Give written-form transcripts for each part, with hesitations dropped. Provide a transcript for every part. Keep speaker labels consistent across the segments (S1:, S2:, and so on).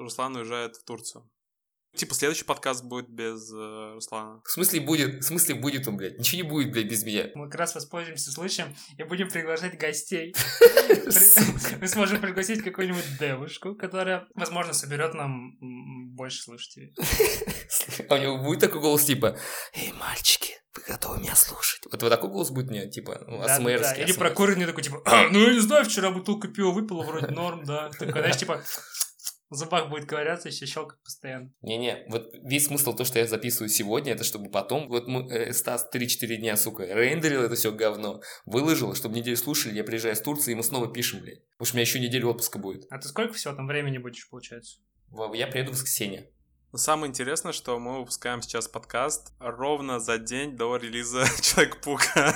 S1: Руслан уезжает в Турцию. Типа следующий подкаст будет без Руслана.
S2: В смысле будет он, блядь? Ничего не будет, блядь, без меня.
S3: Мы как раз воспользуемся случаем и будем приглашать гостей. Мы сможем пригласить какую-нибудь девушку, которая, возможно, соберет нам больше слушателей.
S2: А у него будет такой голос, типа: «Эй, мальчики, вы готовы меня слушать?» Вот такой голос будет у меня, типа, АСМРский.
S3: Или про курение такой, типа: ну я не знаю, вчера бутылку пива выпила, вроде норм, да. Такой, знаешь, типа... В зубах будет ковыряться, еще щелкать постоянно.
S2: Не-не, вот весь смысл то, что я записываю сегодня, это чтобы потом, вот Стас 3-4 дня, сука, рендерил это все говно, выложил, чтобы неделю слушали, я приезжаю из Турции, и мы снова пишем, блядь. Потому что у меня еще неделю отпуска будет.
S3: А ты сколько всего там времени будешь, получается?
S2: Я приеду в воскресенье.
S1: Самое интересное, что мы выпускаем сейчас подкаст ровно за день до релиза Человека-паука.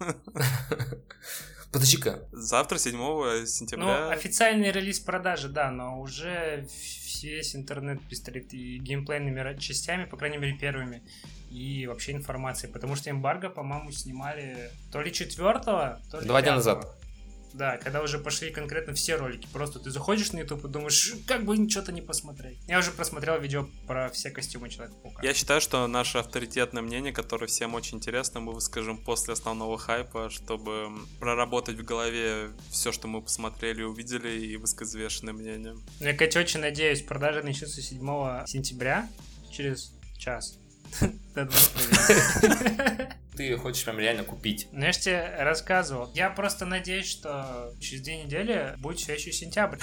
S2: Подожди-ка.
S1: Завтра, 7 сентября.
S3: Ну, официальный релиз продажи, да, но уже весь интернет пестрит и геймплейными частями, по крайней мере, первыми, и вообще информацией, потому что эмбарго, по-моему, снимали то ли 4-го, то ли
S2: 2 дня
S3: 5-го.
S2: назад.
S3: Да, когда уже пошли конкретно все ролики. Просто ты заходишь на YouTube и думаешь, как бы ничего-то не посмотреть. Я уже просмотрел видео про все костюмы Человека-паука.
S1: Я считаю, что наше авторитетное мнение, которое всем очень интересно, мы выскажем после основного хайпа, чтобы проработать в голове все, что мы посмотрели, увидели, и высказать взвешенное мнение.
S3: Я, Катя, очень надеюсь, продажи начнутся 7 сентября, через час.
S2: Ты хочешь прям реально купить.
S3: Ну, я же тебе рассказывал. Я просто надеюсь, что через 2 недели будет все еще сентябрь.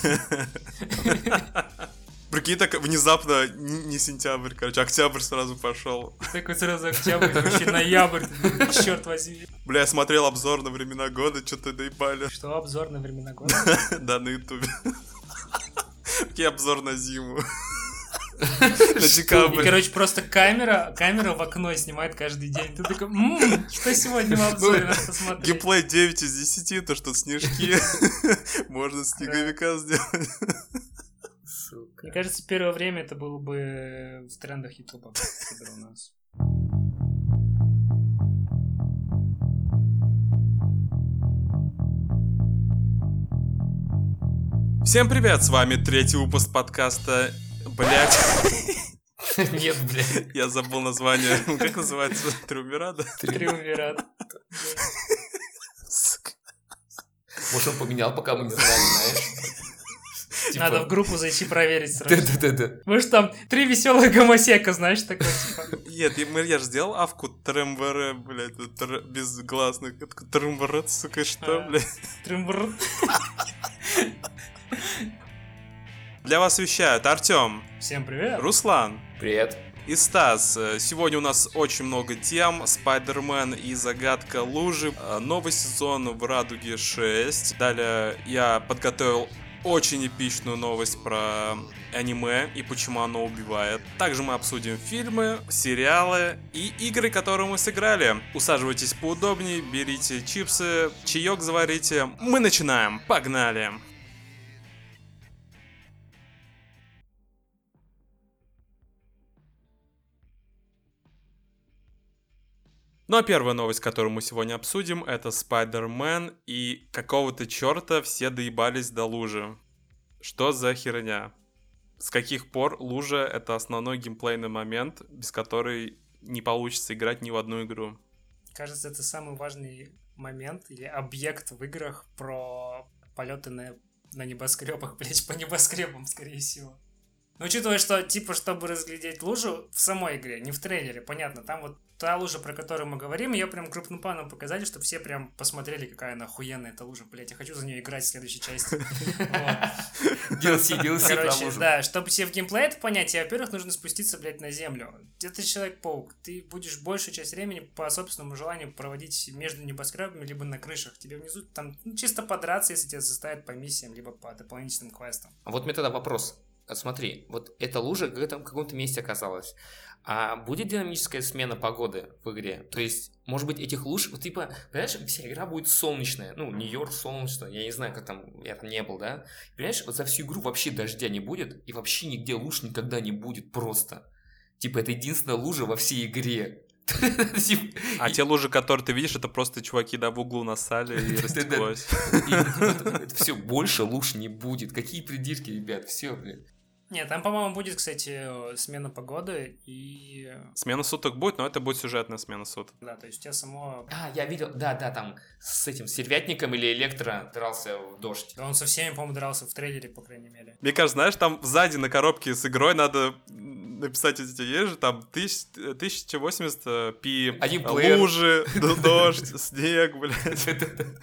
S1: Прикинь, так внезапно не сентябрь, короче, октябрь сразу пошел.
S3: Такой сразу октябрь, вообще ноябрь, черт возьми.
S1: Бля, я смотрел обзор на времена года, что-то доебали.
S3: Что, обзор на времена года?
S1: Да, на ютубе. Какие обзор на зиму. На декабрь.
S3: И, короче, просто камера в окно снимает каждый день. Ты такой, что сегодня в обзоре надо посмотреть?
S1: Геймплей 9 из 10, то что снежки. Можно снеговика сделать.
S2: Сука.
S3: Мне кажется, первое время это было бы в трендах ютуба, когда у нас.
S1: Всем привет, с вами 3-й выпуск подкаста. Блять.
S2: Нет, блядь.
S1: Я забыл название. Как называется? Триумвират?
S3: Триумвират.
S2: Может, он поменял, пока мы не знали, знаешь?
S3: Надо в группу зайти проверить сразу.
S2: Да.
S3: Может, там 3 веселых гомосека, знаешь, такой типа.
S1: Нет, я же сделал авку трембере, блядь, без гласных. Трембере, сука, что, блядь?
S3: Трембр.
S1: Для вас вещают Артём.
S3: Всем привет.
S1: Руслан.
S2: Привет.
S1: И Стас. Сегодня у нас очень много тем. Спайдермен и загадка лужи. Новый сезон в Радуге 6. Далее я подготовил очень эпичную новость про аниме и почему оно убивает. Также мы обсудим фильмы, сериалы и игры, которые мы сыграли. Усаживайтесь поудобнее, берите чипсы, чаек заварите. Мы начинаем. Погнали! Ну а первая новость, которую мы сегодня обсудим, это Спайдермен, и какого-то черта все доебались до лужи. Что за херня? С каких пор лужа — это основной геймплейный момент, без которой не получится играть ни в одну игру?
S3: Кажется, это самый важный момент или объект в играх про полеты на небоскребах, блять, по небоскребам, скорее всего. Но учитывая, что, типа, чтобы разглядеть лужу в самой игре, не в трейлере, понятно, там вот та лужа, про которую мы говорим, ее прям крупным планом показали, чтобы все прям посмотрели, какая она охуенная эта лужа, блять, я хочу за нее играть в следующей части.
S2: DLC про
S3: Короче,
S2: лужу.
S3: да, чтобы себе в геймплей это понять, тебе, во-первых, нужно спуститься, блять, на землю. Это Человек-паук, ты будешь большую часть времени по собственному желанию проводить между небоскребами, либо на крышах. Тебе внизу там чисто подраться, если тебя заставят по миссиям, либо по дополнительным квестам.
S2: А вот мне тогда вопрос. Смотри, вот эта лужа в каком-то месте оказалась. А будет динамическая смена погоды в игре? То есть, может быть, этих луж... Вот типа, понимаешь, вся игра будет солнечная. Ну, Нью-Йорк солнечная. Я не знаю, как там... Я там не был, да? Понимаешь, вот за всю игру вообще дождя не будет. И вообще нигде луж никогда не будет просто. Типа, это единственная лужа во всей игре.
S1: А те лужи, которые ты видишь, это просто чуваки, да, в углу насали и растеклось.
S2: Это все, больше луж не будет. Какие придирки, ребят, все, блин.
S3: Нет, там, по-моему, будет, кстати, смена погоды и...
S1: Смена суток будет, но это будет сюжетная смена суток.
S3: Да, то есть у тебя само...
S2: Я видел, да, там с этим сервятником или электро дрался в дождь.
S3: Да он со всеми, по-моему, дрался в трейлере, по крайней мере.
S1: Мне кажется, знаешь, там сзади на коробке с игрой надо написать эти есть же, там 1080p,
S2: Один плеер.
S1: лужи, дождь, снег, блядь.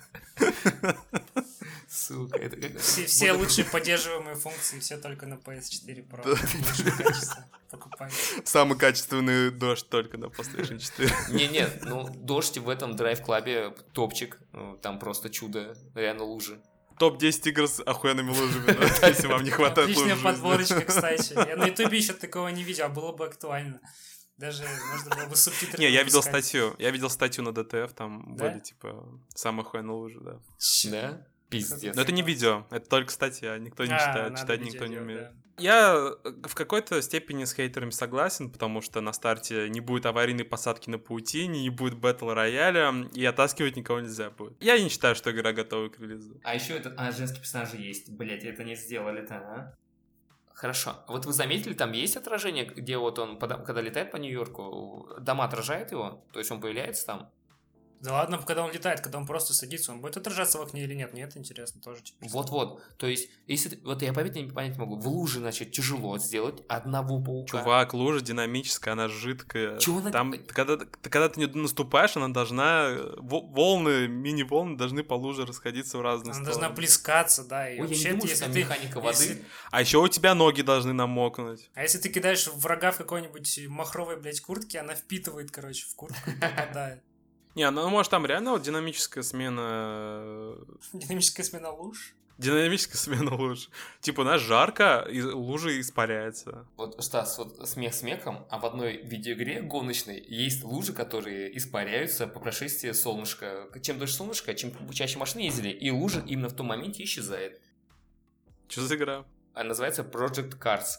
S2: Сука, это как...
S3: Все лучшие поддерживаемые функции, все только на PS4 Pro. Лучшее качество. Покупай.
S1: Самый качественный дождь только на PlayStation 4.
S2: Не, дождь в этом драйв-клабе топчик. Там просто чудо, реально лужи.
S1: Топ-10 игр с охуенными лужами, да, если вам не хватает луж в
S3: Отличная
S1: жизни.
S3: подборочка, кстати. Я на ютубе еще такого не видел, а было бы актуально. Даже можно было бы субтитры.
S1: Не, я видел
S3: выпускать.
S1: статью на ДТФ, там
S3: Да?
S1: были, типа, самые охуенные лужи, да.
S2: Да? Пиздец.
S1: Но это не видео, это только статья, никто не читает,
S3: надо
S1: читать
S3: видео
S1: никто не
S3: делать,
S1: умеет.
S3: да.
S1: Я в какой-то степени с хейтерами согласен, потому что на старте не будет аварийной посадки на паутине, не будет бэтл рояля, и оттаскивать никого нельзя будет. Я не считаю, что игра готова к релизу.
S2: А еще женские персонажи есть. Блять, это не сделали-то, а? Хорошо. Вот вы заметили, там есть отражение, где вот он, когда летает по Нью-Йорку, дома отражает его? То есть он появляется там?
S3: Да ладно, когда он летает, когда он просто садится, он будет отражаться в окне или нет? Мне это интересно тоже.
S2: Вот-вот. То есть, если... Вот я понять не могу. В луже, значит, тяжело сделать одного паука.
S1: Чувак, лужа динамическая, она жидкая.
S2: Чего она-
S1: Там, когда ты не наступаешь, она должна... Волны, мини-волны должны по луже расходиться в разные
S3: Она
S1: стороны.
S3: должна плескаться, да. И
S2: Ой, я не
S3: вообще,
S2: думал, что
S3: если
S2: там
S3: ты...
S2: механика воды.
S3: если-
S1: А еще у тебя ноги должны намокнуть.
S3: А если ты кидаешь врага в какой-нибудь махровой, блядь, куртке, она впитывает, короче, в куртку и попадает.
S1: Не, ну может там реально вот динамическая смена...
S3: Динамическая смена луж.
S1: Динамическая смена луж. Типа, у нас жарко, и лужа испаряется.
S2: Вот, Стас, вот смех смехом, а в одной видеоигре гоночной есть лужи, которые испаряются по прошествии солнышка. Чем дольше солнышко, чем чаще машины ездили, и лужа именно в том моменте исчезает.
S1: Что за игра?
S2: Она называется Project Cars.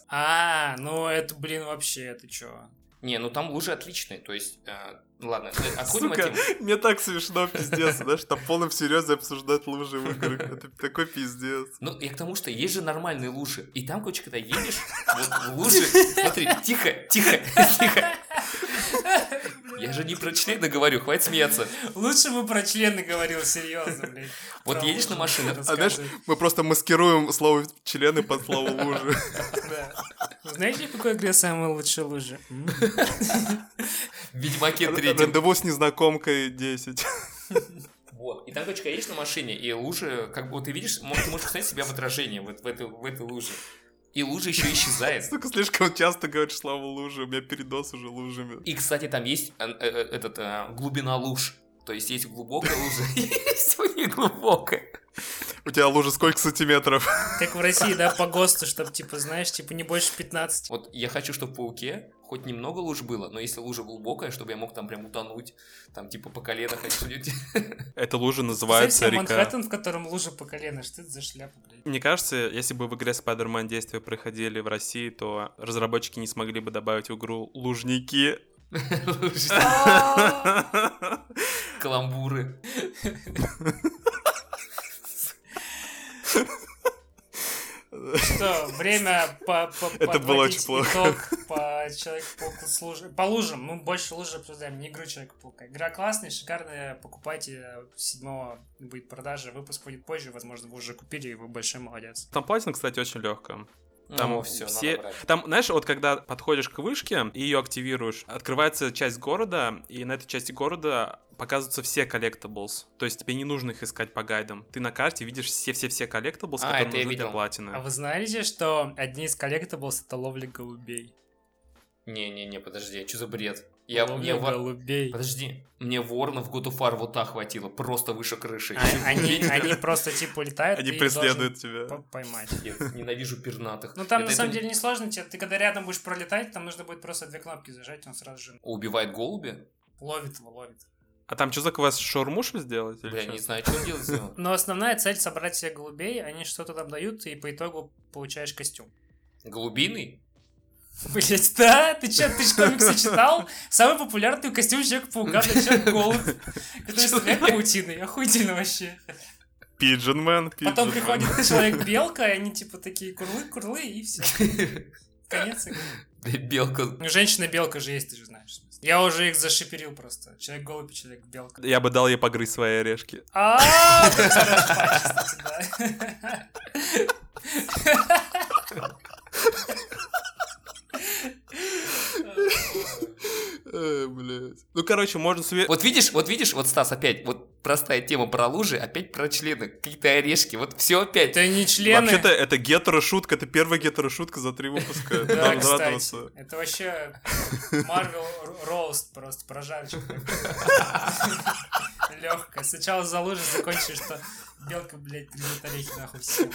S3: Ну это, блин, вообще, это чё?
S2: Не, ну там лужи отличные, то есть... ладно, отходим от
S1: Сука,
S2: темы.
S1: мне так смешно, пиздец, знаешь, там полным серьезе обсуждать лужи в играх. Это такой пиздец.
S2: Ну, я к тому, что есть же нормальные лужи. И там, короче, когда едешь, вот в луже... Смотри, тихо. Я же не про члены говорю, хватит смеяться.
S3: Лучше бы про члены говорил, серьезно, блядь.
S2: Вот
S3: Про
S2: едешь на
S3: лужи
S2: машине,
S1: А знаешь, мы просто маскируем слово члены под слово лужи.
S3: Да. Знаете, в какой игре самые лучшие лужи?
S2: в Ведьмаке 3.
S1: Рандеву с незнакомкой 10.
S2: Вот. И там, короче, едешь на машине, и лужи, как бы вот ты видишь, ты можешь посмотреть себя в отражении вот в этой луже. И лужа еще исчезает.
S1: Сука, слишком часто говоришь слово лужи, у меня передоз уже лужами.
S2: И, кстати, там есть глубина луж. То есть есть глубокая лужа, есть у них глубокая.
S1: У тебя лужа сколько сантиметров?
S3: Как в России, да, по ГОСТу, чтобы, типа, знаешь, типа не больше 15.
S2: Вот я хочу, чтобы в пауке хоть немного луж было, но если лужа глубокая, чтобы я мог там прям утонуть, там типа по колено ходить.
S1: Эта лужа называется
S3: Знаете,
S1: река.
S3: Манхэттен, в котором лужа по колено, что это за шляпа, блядь?
S1: Мне кажется, если бы в игре Spider-Man действия проходили в России, то разработчики не смогли бы добавить в игру лужники.
S2: Каламбуры.
S3: Что, время
S1: Это было очень плохо.
S3: итог по Человеку-пауку с лужей. По лужам, мы больше лужи обсуждаем, не игру Человека-паука. Игра классная, шикарная, покупайте, 7 будет продажа, выпуск будет позже, возможно, вы уже купили, и вы большой молодец.
S1: Там платина, кстати, очень легкая. Там
S2: Ну, все,
S1: все...
S2: надо брать.
S1: Там, знаешь, вот когда подходишь к вышке и ее активируешь, открывается часть города, и на этой части города показываются все collectibles. То есть тебе не нужно их искать по гайдам. Ты на карте видишь все-все-все collectibles,
S2: А,
S1: которые
S2: это я
S1: нужны для
S2: видел.
S1: платины.
S3: А вы знаете, что одни из коллектаблс это ловля голубей?
S2: Не, подожди, что за бред? Мне
S3: Ловля голубей.
S2: Подожди, мне ворона в God of War вот так хватило, просто выше крыши.
S3: Они просто типа летают,
S1: Они
S3: ты их
S1: преследуют
S3: должен
S1: тебя.
S3: поймать.
S2: Я ненавижу пернатых.
S3: Ну там
S2: Это-
S3: на самом
S2: это
S3: деле не сложно, ты когда рядом будешь пролетать, там нужно будет просто 2 кнопки зажать, он сразу же
S2: Убивает голуби?
S3: ловит его, ловит.
S1: А там что за квест, шаурмушу сделать? или
S2: Бля,
S1: чё?
S2: не знаю, что он делает с ним.
S3: Но основная цель собрать себе голубей, они что-то там дают, и по итогу получаешь костюм.
S2: Голубиный?
S3: Блять, да? Ты че, комиксы читал? Самый популярный костюм Человека-паука, зачем голубь, который стреляет паутиной. Охуительно вообще.
S1: Пиджинмен.
S3: Потом приходит Человек-белка, и они типа такие курлы, и все. Конец игры.
S2: Белка.
S3: Ну, Женщина-белка же есть, ты же знаешь. Я уже их зашиперил просто. Человек-голубь и Человек-белка.
S1: Я бы дал ей погрызть свои орешки.
S3: Кстати, да.
S1: Блядь. Ну, короче, можно...
S2: Вот видишь, Стас, опять, вот простая тема про лужи, опять про члены, какие-то орешки, вот все опять.
S3: Это не члены.
S1: Вообще-то это гетеро-шутка, это первая гетеро-шутка за 3 выпуска.
S3: Да,
S1: Надо
S3: кстати.
S1: радоваться.
S3: Это вообще Marvel роуст просто, прожарочка. Легкая. Сначала за лужи закончишь, что белка, блядь, грызет орехи нахуй всем.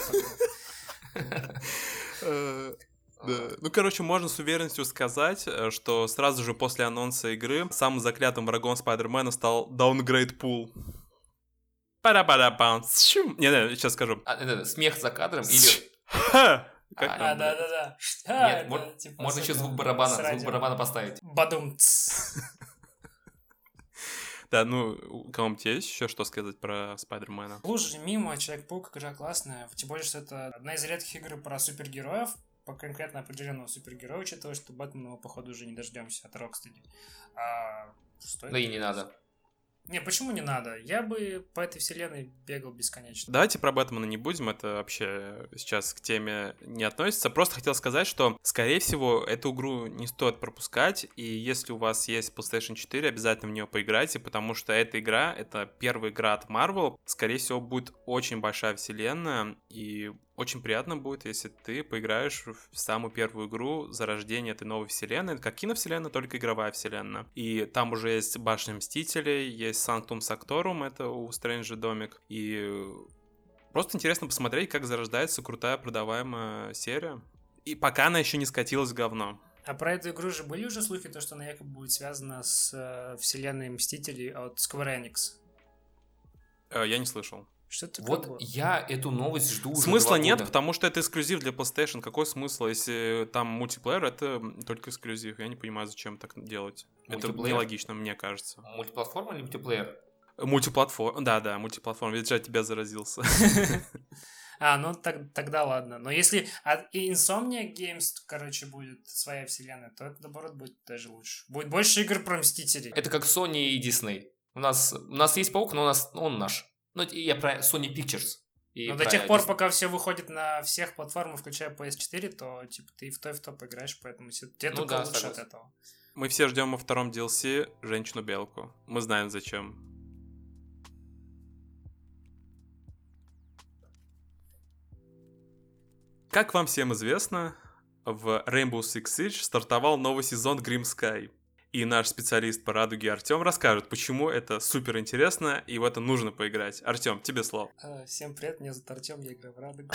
S1: Да. Ну, короче, можно с уверенностью сказать, что сразу же после анонса игры самым заклятым врагом Спайдермена стал Downgrade Pool. Пара-пара-пам. Не, сейчас скажу.
S2: Смех за кадром или...
S3: Да.
S2: Нет, можно еще звук барабана поставить.
S3: Бадум.
S1: Да, ну, кому-нибудь есть еще что сказать про Спайдермена?
S3: Лужи мимо, Человек-паук, игра классная. Тем более, что это одна из редких игр про супергероев, по конкретно определенного супергероя, учитывая, что Бэтмена, походу, уже не дождемся от Rocksteady.
S2: Да и не надо.
S3: Не, почему не надо? Я бы по этой вселенной бегал бесконечно.
S1: Давайте про Бэтмена не будем, это вообще сейчас к теме не относится. Просто хотел сказать, что, скорее всего, эту игру не стоит пропускать, и если у вас есть PlayStation 4, обязательно в нее поиграйте, потому что эта игра, это первая игра от Marvel, скорее всего, будет очень большая вселенная, и очень приятно будет, если ты поиграешь в самую первую игру зарождения этой новой вселенной. Это как киновселенная, только игровая вселенная. И там уже есть Башня Мстителей, есть Sanctum Sanctorum, это у Стрэнджа домик. И просто интересно посмотреть, как зарождается крутая продаваемая серия. И пока она еще не скатилась в говно.
S3: А про эту игру же были уже слухи, то, что она якобы будет связана с вселенной Мстителей от Square Enix?
S1: Я не слышал.
S3: Что-то
S2: вот
S3: было.
S2: Я эту новость жду уже
S1: Смысла
S2: 2
S1: нет,
S2: года.
S1: потому что это эксклюзив для PlayStation. Какой смысл, если там мультиплеер, это только эксклюзив? Я не понимаю, зачем так делать. Это нелогично, мне кажется.
S2: Мультиплатформа или мультиплеер?
S1: Мультиплатформа, да, мультиплатформа. Видишь, я от тебя заразился.
S3: Ну тогда ладно. Но если от Insomniac Games, короче, будет своя вселенная, то это, наоборот, будет даже лучше. Будет больше игр про Мстителей.
S2: Это как Sony и Disney. У нас есть Паук, но он наш. Ну, я про Sony Pictures.
S3: Но до тех пор, пока все выходит на всех платформах, включая PS4, то типа ты и в то поиграешь, поэтому тебе только лучше от этого.
S1: Мы все ждем во втором DLC Женщину-белку. Мы знаем зачем. Как вам всем известно, в Rainbow Six Siege стартовал новый сезон Grim Sky. И наш специалист по радуге Артем расскажет, почему это супер интересно и в это нужно поиграть. Артем, тебе слово.
S3: Всем привет, меня зовут Артем, я играю в радугу.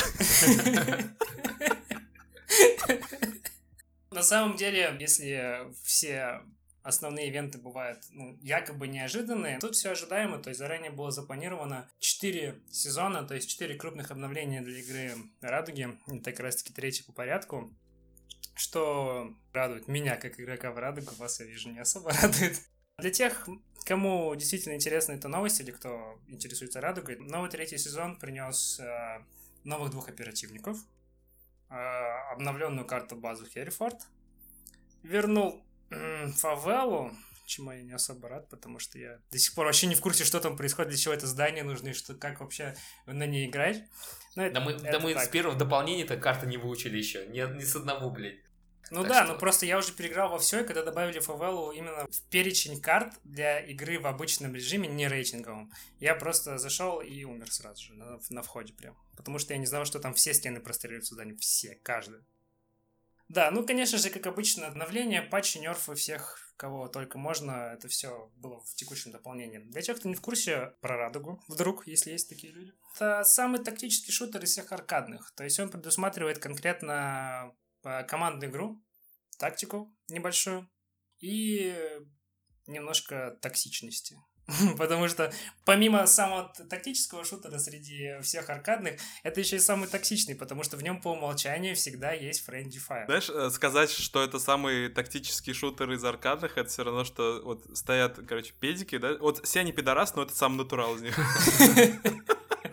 S3: На самом деле, если все основные ивенты бывают якобы неожиданные, тут все ожидаемо, то есть заранее было запланировано 4 сезона, то есть 4 крупных обновления для игры Радуги, это как раз таки 3 по порядку. Что радует меня, как игрока в Радугу, вас, я вижу, не особо радует. Для тех, кому действительно интересны эта новость, или кто интересуется Радугой, новый 3 сезон принес новых 2 оперативников, обновленную карту-базу Херрифорд, вернул фавелу, чему я не особо рад, потому что я до сих пор вообще не в курсе, что там происходит, для чего это здание нужно, и как вообще на ней играть. Мы
S2: с первого дополнения-то карты не выучили еще, ни с одного, блядь.
S3: Просто я уже переиграл во все, и когда добавили фавелу именно в перечень карт для игры в обычном режиме, не рейтинговом, я просто зашел и умер сразу же, на входе прям. Потому что я не знал, что там все стены простреливаются в здании, все, каждая. Да, конечно же, как обычно, обновления, патчи, нерфы всех, кого только можно, это все было в текущем дополнении. Для тех, кто не в курсе про Радугу, вдруг, если есть такие люди, это самый тактический шутер из всех аркадных. То есть он предусматривает конкретно командную игру, тактику небольшую и немножко токсичности. Потому что помимо самого тактического шутера среди всех аркадных, это еще и самый токсичный, потому что в нем по умолчанию всегда есть Friendly Fire.
S1: Знаешь, сказать, что это самый тактический шутер из аркадных, это все равно, что вот стоят, педики, да? Вот все они пидорас, но это самый натурал из них.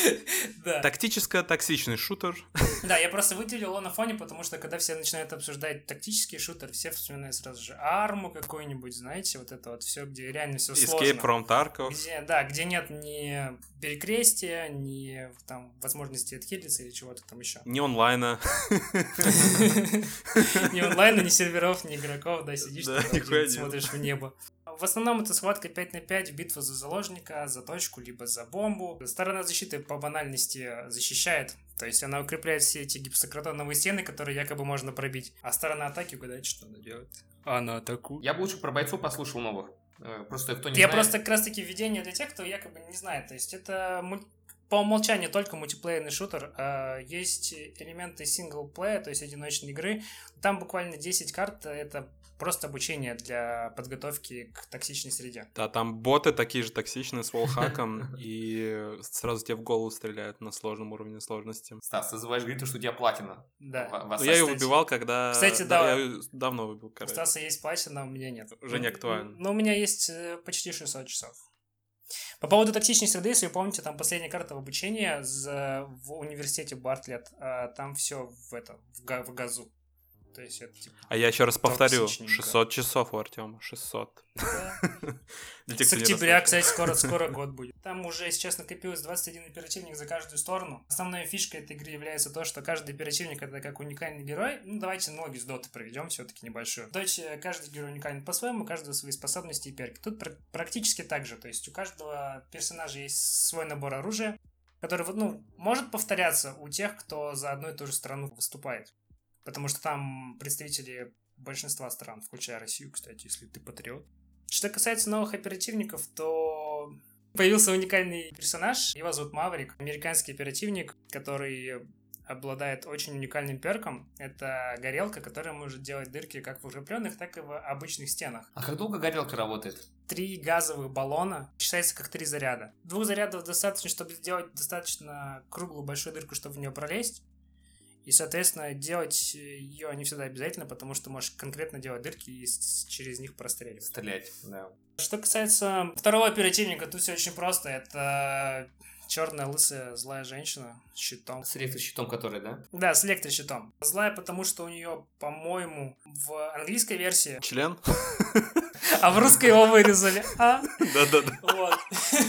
S3: Да.
S1: Тактическо-токсичный шутер.
S3: Да, я просто выделил его на фоне, потому что когда все начинают обсуждать тактический шутер, все вспоминают сразу же арму какую-нибудь, знаете, вот это вот все, где реально все сложно.
S1: Escape from Tarkov.
S3: Где нет ни перекрестия, ни там возможности отхилиться или чего-то там еще.
S1: Не онлайна.
S3: Ни онлайна, ни серверов, ни игроков, да, сидишь, смотришь в небо. В основном это схватка 5 на 5, битва за заложника, за точку, либо за бомбу. Сторона защиты по банальности защищает, то есть она укрепляет все эти гипсокартоновые стены, которые якобы можно пробить. А сторона атаки угадайте, что она делает. Она атакует.
S2: Я бы лучше про бойцов послушал новых. Просто кто не
S3: Я
S2: знает...
S3: просто как раз таки введение для тех, кто якобы не знает. То есть это по умолчанию только мультиплеерный шутер. Есть элементы синглплея, то есть одиночной игры. Там буквально 10 карт, это просто обучение для подготовки к токсичной среде.
S1: Да, там боты такие же токсичные с волхаком, и сразу тебе в голову стреляют на сложном уровне сложности.
S2: Стас, ты забываешь говорить, что у тебя платина.
S3: Да.
S1: Я ее выбивал, когда...
S3: Кстати, да.
S1: Я ее давно выбил,
S3: У
S1: короче.
S3: Стаса есть платина, у меня нет.
S1: Уже не актуально.
S3: Но у меня есть почти 600 часов. По поводу токсичной среды, если вы помните, там последняя карта в обучении в университете Бартлетт, там все в газу. То есть это, типа,
S1: А я еще раз повторю,
S3: токсичненько.
S1: 600 часов у Артема, 600.
S3: Да.
S1: Для тех,
S3: С
S1: кто не
S3: октября,
S1: расслышал.
S3: кстати, скоро год будет. Там уже сейчас накопилось 21 оперативник за каждую сторону. Основной фишкой этой игры является то, что каждый оперативник это как уникальный герой. Ну, давайте аналогию с доты проведем, все-таки небольшую. В доте каждый герой уникален по-своему, у каждого свои способности и перки. Тут практически так же. То есть у каждого персонажа есть свой набор оружия, который, может повторяться у тех, кто за одну и ту же страну выступает. Потому что там представители большинства стран, включая Россию, кстати, если ты патриот. Что касается новых оперативников, то появился уникальный персонаж. Его зовут Маврик, американский оперативник, который обладает очень уникальным перком. Это горелка, которая может делать дырки как в укрепленных, так и в обычных стенах.
S2: А как долго горелка работает?
S3: 3 газовых баллона считается как 3 заряда. 2 зарядов достаточно, чтобы сделать достаточно круглую большую дырку, чтобы в нее пролезть. И, соответственно, делать ее не всегда обязательно, потому что можешь конкретно делать дырки и через них простреливать.
S2: Стрелять, да.
S3: Что касается второго оперативника, тут все очень просто. Это черная, лысая, злая женщина с щитом.
S2: С электрощитом который, да?
S3: Да, с электрощитом. Злая, потому что у нее, по-моему, в английской версии...
S1: Член?
S3: А в русской его вырезали.
S1: Да-да-да.
S3: Вот.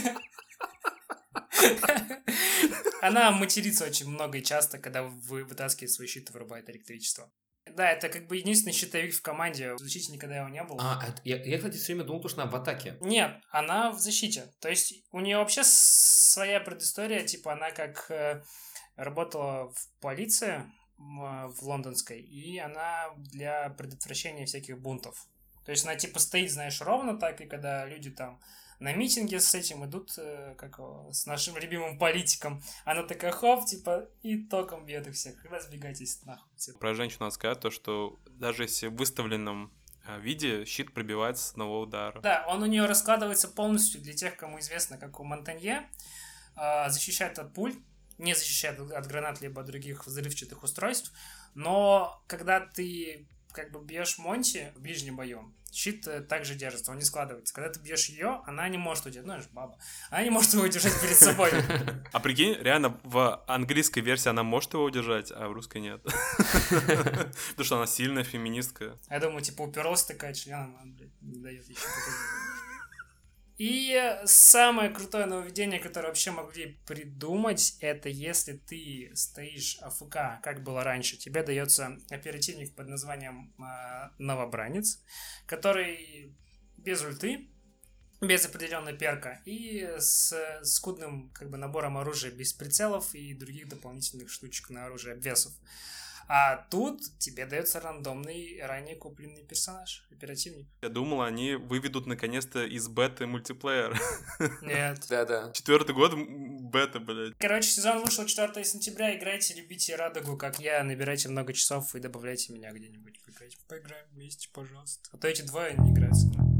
S3: Она матерится очень много и часто, когда вы вытаскиваете свой щит и вырубает электричество. Да, это как бы единственный щитовик в команде. В защите никогда его не было.
S2: Я, кстати, все время думал, что она в атаке.
S3: Нет, она в защите. То есть у нее вообще своя предыстория. Типа она как работала в полиции в лондонской, и она для предотвращения всяких бунтов. То есть она типа стоит, знаешь, ровно так, и когда люди там на митинге с этим идут, с нашим любимым политиком, она такая хоп, типа, и током бьет их всех. Разбегайтесь нахуй.
S1: Про женщину надо сказать то, что даже если в выставленном виде щит пробивается с одного удара.
S3: Да, он у нее раскладывается полностью для тех, кому известно, как у Монтанье. Защищает от пуль, не защищает от гранат либо от других взрывчатых устройств. Но когда ты как бы бьешь Монти в ближнем бою, щит также держится, он не складывается. Когда ты бьешь ее, она не может удержать. Ну, это же баба. Она не может его удержать перед собой.
S1: А прикинь, реально в английской версии она может его удержать, а в русской нет. Потому что она сильная феминистка.
S3: Я думаю, типа, уперлась такая членом, она, блядь, не дает еще показать. И самое крутое нововведение, которое вообще могли придумать, это если ты стоишь АФК, как было раньше, тебе дается оперативник под названием Новобранец, который без ульты, без определенной перка и с скудным как бы набором оружия без прицелов и других дополнительных штучек на оружие, обвесов. А тут тебе дается рандомный, ранее купленный персонаж, оперативник.
S1: Я думал, они выведут наконец-то из беты мультиплеер.
S3: Нет.
S2: Да-да.
S1: 4-й год бета, блядь.
S3: Короче, сезон вышел 4 сентября. Играйте, любите Радугу, как я. Набирайте много часов и добавляйте меня где-нибудь поиграть. Поиграем вместе, пожалуйста. А то эти двое не играют со мной.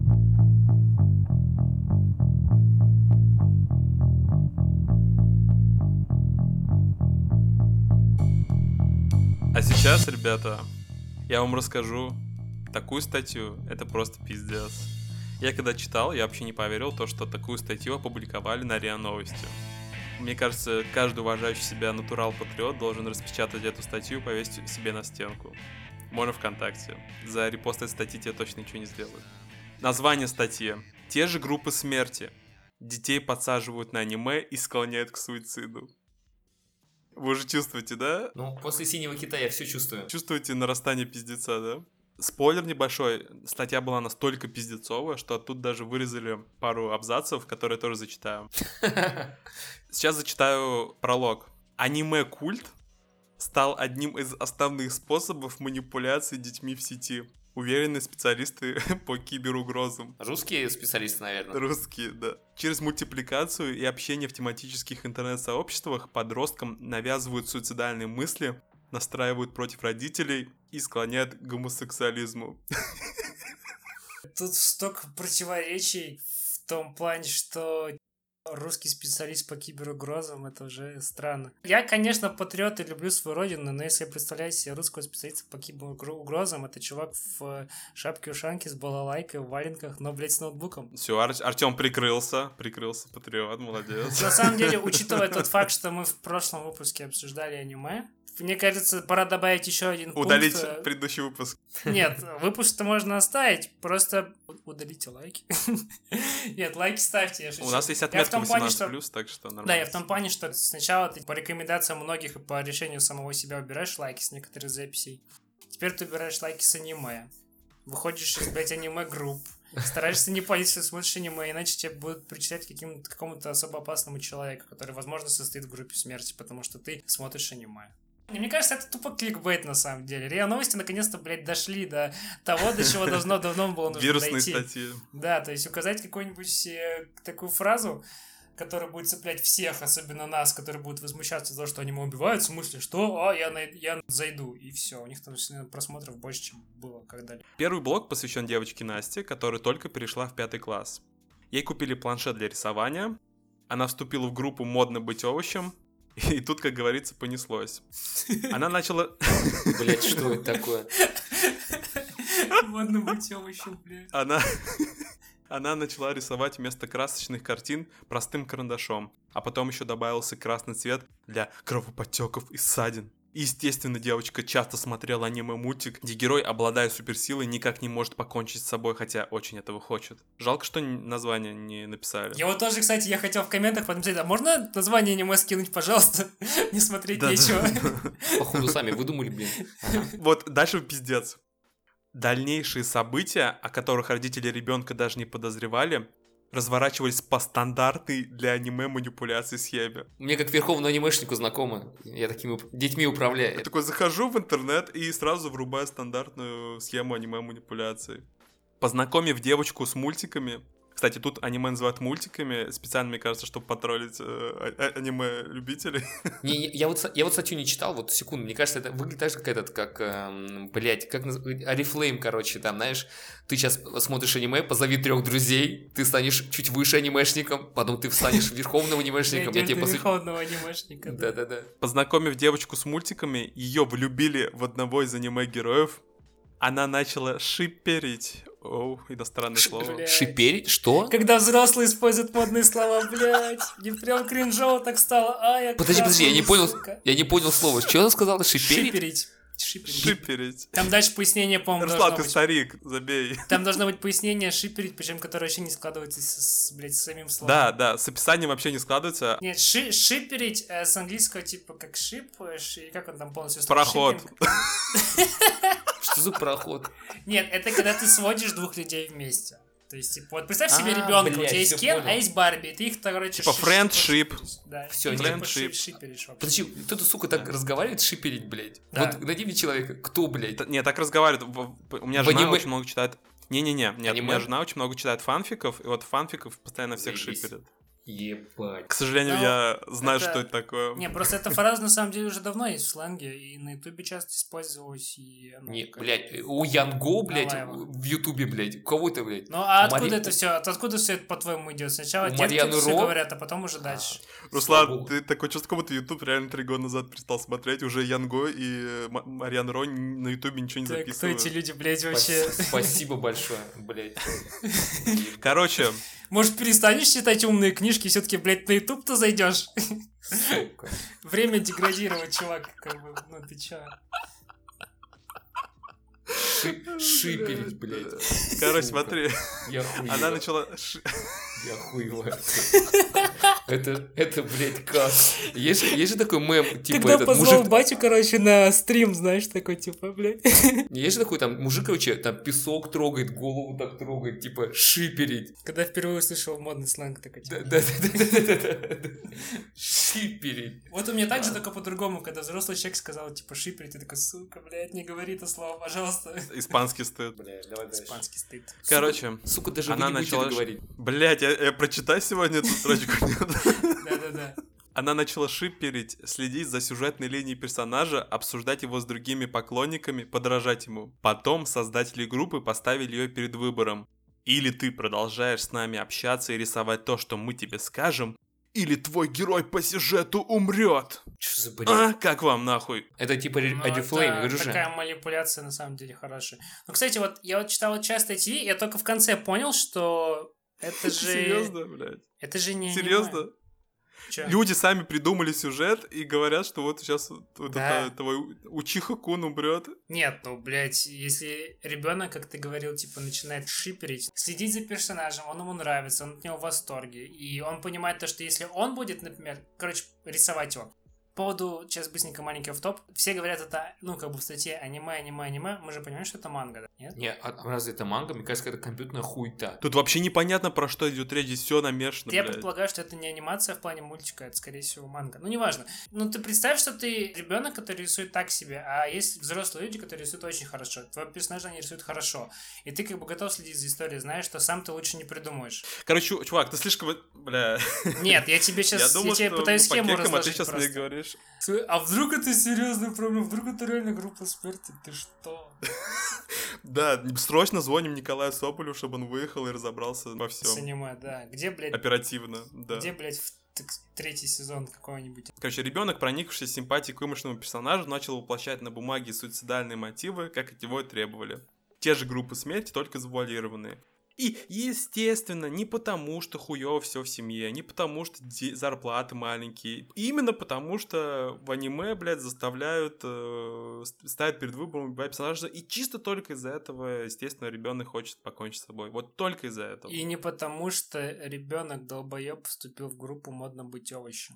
S1: А сейчас, ребята, я вам расскажу такую статью, это просто пиздец. Я когда читал, я вообще не поверил, то, что такую статью опубликовали на РИА Новости. Мне кажется, каждый уважающий себя натурал-патриот должен распечатать эту статью и повесить себе на стенку. Можно ВКонтакте. За репост этой статьи тебе точно ничего не сделают. Название статьи. Те же группы смерти. Детей подсаживают на аниме и склоняют к суициду. Вы уже чувствуете, да?
S2: Ну, после «Синего кита» я все чувствую.
S1: Чувствуете нарастание пиздеца, да? Спойлер небольшой. Статья была настолько пиздецовая, что оттуда даже вырезали пару абзацев, которые я тоже зачитаю. Сейчас зачитаю пролог. Аниме-культ стал одним из основных способов манипуляции детьми в сети. Уверенные специалисты по киберугрозам.
S2: Русские специалисты, наверное.
S1: Русские, да. Через мультипликацию и общение в тематических интернет-сообществах подросткам навязывают суицидальные мысли, настраивают против родителей и склоняют к гомосексуализму.
S3: Тут столько противоречий в том плане, что русский специалист по киберугрозам, это уже странно. Я, конечно, патриот и люблю свою родину, но если представлять себе русского специалиста по киберугрозам, это чувак в шапке-ушанке с балалайкой, в валенках, но, блядь, с ноутбуком.
S1: Все, Артем прикрылся, патриот, молодец.
S3: На самом деле, учитывая тот факт, что мы в прошлом выпуске обсуждали аниме, мне кажется, пора добавить еще один пункт.
S1: Удалить предыдущий выпуск.
S3: Нет, выпуск-то можно оставить, просто удалите лайки. Нет, лайки ставьте, я шучу.
S1: У нас есть отметка 18+, так что нормально.
S3: Да, я в том плане, что сначала ты по рекомендациям многих и по решению самого себя убираешь лайки с некоторых записей. Теперь ты убираешь лайки с аниме. Выходишь из, блядь, аниме-групп. Стараешься не понять, что смотришь аниме, иначе тебя будут причислять к какому-то особо опасному человеку, который, возможно, состоит в группе смерти, потому что ты смотришь аниме. И мне кажется, это тупо кликбейт на самом деле. РИА Новости наконец-то, блядь, дошли до того, до чего давно было нужно
S1: Вирусные
S3: дойти.
S1: статьи.
S3: Да, то есть указать какую-нибудь такую фразу, которая будет цеплять всех, особенно нас, которые будут возмущаться за то, что аниме убивают, в смысле, что? Я зайду, и все. У них там просмотров больше, чем было когда-либо.
S1: Первый блог посвящен девочке Насте, которая только перешла в 5 класс. Ей купили планшет для рисования, она вступила в группу «Модно быть овощем», и тут, как говорится, понеслось. Она начала...
S2: Блять, что это такое?
S3: Модно быть овощем, блядь.
S1: Она начала рисовать вместо красочных картин простым карандашом, а потом еще добавился красный цвет для кровоподтеков и ссадин. И, естественно, девочка часто смотрела аниме-мультик, где герой, обладая суперсилой, никак не может покончить с собой, хотя очень этого хочет. Жалко, что название не написали.
S3: Я вот тоже, кстати, я хотел в комментах подписать, а можно название аниме скинуть, пожалуйста? Не смотреть нечего.
S2: Походу, сами выдумали, блин.
S1: Вот дальше пиздец. Дальнейшие события, о которых родители ребенка даже не подозревали, разворачивались по стандартной для аниме манипуляции схеме.
S2: Мне как верховному анимешнику знакомо. Я такими детьми управляю.
S1: Я такой захожу в интернет и сразу врубаю стандартную схему аниме манипуляции. Познакомив девочку с мультиками. Кстати, тут аниме называют мультиками, специально, мне кажется, чтобы потроллить аниме-любителей.
S2: Я вот статью не читал, вот секунду, мне кажется, это выглядит так же, как Oriflame, короче, там, знаешь, ты сейчас смотришь аниме, позови 3 друзей, ты станешь чуть выше анимешником, потом ты встанешь верховным анимешником.
S3: Верховного анимешника.
S2: Да-да-да.
S1: Познакомив девочку с мультиками, ее влюбили в одного из аниме-героев. Она начала шиперить. Оу, иностранное слово.
S2: Шиперить? Что?
S3: Когда взрослые используют модные слова, блядь. Мне прям кринжово так стало.
S2: Подожди, я не понял слова. Что она сказала? Шиперить?
S1: Шиперить.
S3: Там дальше пояснение, по-моему,
S1: Руслан, ты старик, забей.
S3: Там должно быть пояснение шиперить, причем которое вообще не складывается с самим словом.
S1: Да, с описанием вообще не складывается.
S3: Нет, шиперить с английского типа как шип, и как он там полностью...
S1: Пароход.
S2: Что за пароход?
S3: Нет, это когда ты сводишь 2 людей вместе. То есть, типа, вот представь себе ребенка, у тебя есть Кен, а есть Барби, и ты их, короче,
S1: типа френдшип.
S3: Да,
S2: все,
S1: френдшип.
S2: Подожди, кто-то, сука, так разговаривает шиперить, блядь?
S3: Да.
S2: Вот найди мне человека, кто, блядь?
S1: Нет, так разговаривают. У меня жена очень много читает... Не-не-не, нет, у меня жена очень много читает фанфиков, и вот фанфиков постоянно всех шиперят.
S2: Ебать.
S1: К сожалению, я знаю, что это такое.
S3: Не, просто эта фраза на самом деле уже давно есть в сленге, и на ютубе часто использовалась, и...
S2: Не, блядь, у Янго, блядь, в ютубе, блядь, у кого-то, блядь.
S3: Ну, а откуда это все? Откуда все это, по-твоему, идет? Сначала девки все говорят, а потом уже дальше.
S1: Руслан, ты такой чувство, как будто ютуб реально 3 года назад перестал смотреть, уже Янго и Марьяна Ро на ютубе ничего не записывают.
S3: Кто эти люди, блядь, вообще?
S2: Спасибо большое, блядь.
S1: Короче,
S3: Может, перестанешь читать умные книжки, и все-таки, блядь, на YouTube-то зайдешь?
S2: Сука.
S3: Время деградировать, чувак, как бы, ну ты чё?
S2: Шиперить, блядь.
S1: Короче,
S2: Сука.
S1: смотри.
S2: Я хуево.
S1: Она начала...
S2: Я хуево. Это, блядь, как? Есть же такой мем, типа
S3: Когда
S2: этот
S3: позвал
S2: мужик...
S3: батю, короче, на стрим, знаешь, такой, типа, блядь.
S2: Есть же такой там мужик, короче, там песок трогает, голову так трогает, типа шиперить.
S3: Когда впервые услышал модный сленг, такой, типа.
S2: Да. Шиперить.
S3: Вот у меня так же, только по-другому, когда взрослый человек сказал, типа, шиперить, ты такой, сука, блядь, не говори это слово, пожалуйста.
S1: Испанский стыд.
S2: Бля, давай дальше.
S3: Испанский стыд.
S1: Короче,
S2: Сука, даже
S1: она
S2: вы не будете
S1: начала...
S2: это говорить.
S1: Блять, я прочитаю сегодня эту строчку? Нет.
S3: Да-да-да.
S1: Она начала шиперить, следить за сюжетной линией персонажа, обсуждать его с другими поклонниками, подражать ему. Потом создатели группы поставили ее перед выбором. Или ты продолжаешь с нами общаться и рисовать то, что мы тебе скажем, или твой герой по сюжету умрет.
S2: Что за бред?
S1: А, как вам нахуй?
S2: Это типа
S3: Ну,
S2: Oriflame,
S3: это
S2: говорю же.
S3: такая манипуляция, на самом деле, хорошая. Ну, кстати, вот я вот читал часть статьи, я только в конце понял, что это же...
S1: Серьезно, блядь?
S3: Это же не аниме.
S1: Серьезно?
S3: Чё?
S1: Люди сами придумали сюжет и говорят, что вот сейчас вот
S3: Да.
S1: это твой Учиха-кун умрет.
S3: Нет, ну, блядь, если ребенок, как ты говорил, типа, начинает шиперить, следить за персонажем, он ему нравится, он от него в восторге, и он понимает то, что если он будет, например, короче, рисовать его. По поводу, сейчас быстренько маленький офф-топ, все говорят это, ну, как бы в статье аниме, мы же понимаем, что это манга, да? Нет?
S2: Не, а разве это манга? Мне кажется, это компьютерная хуйта.
S1: Тут вообще непонятно, про что идет речь, здесь все намешано,
S3: Я
S1: блядь.
S3: предполагаю, что это не анимация в плане мультика, это, скорее всего, манга. Ну, неважно. Ну, ты представь, что ты ребенок, который рисует так себе, а есть взрослые люди, которые рисуют очень хорошо. Твоего персонажа они рисуют хорошо. И ты как бы готов следить за историей, знаешь, что сам ты лучше не придумаешь.
S1: Короче, чувак, ты слишком... Бля...
S3: Нет, я тебе сейчас...
S1: Я думал,
S3: тебе
S1: что
S3: пытаюсь
S1: по
S3: схему
S1: кекам, а ты
S3: разложить
S1: сейчас мне
S3: просто.
S1: говоришь...
S3: А вдруг это серьезная проблема? Вдруг это реально группа смерти? Ты что?
S1: Да, срочно звоним Николаю Соболю, чтобы он выехал и разобрался во
S3: С
S1: всем.
S3: аниме, да. Где, блядь,
S1: Оперативно, да.
S3: где, блядь, третий сезон какого-нибудь?
S1: Короче, ребенок, проникшись симпатией к вымышленному персонажу, начал воплощать на бумаге суицидальные мотивы, как от него и требовали. Те же группы смерти, только завуалированные. И, естественно, не потому, что хуёво все в семье, не потому, что зарплаты маленькие. Именно потому, что в аниме, блядь, заставляют, ставят перед выбором убивать персонажа. И чисто только из-за этого, естественно, ребенок хочет покончить с собой. Вот только из-за этого.
S3: И не потому, что ребенок долбоеб вступил в группу «Модно быть овощем».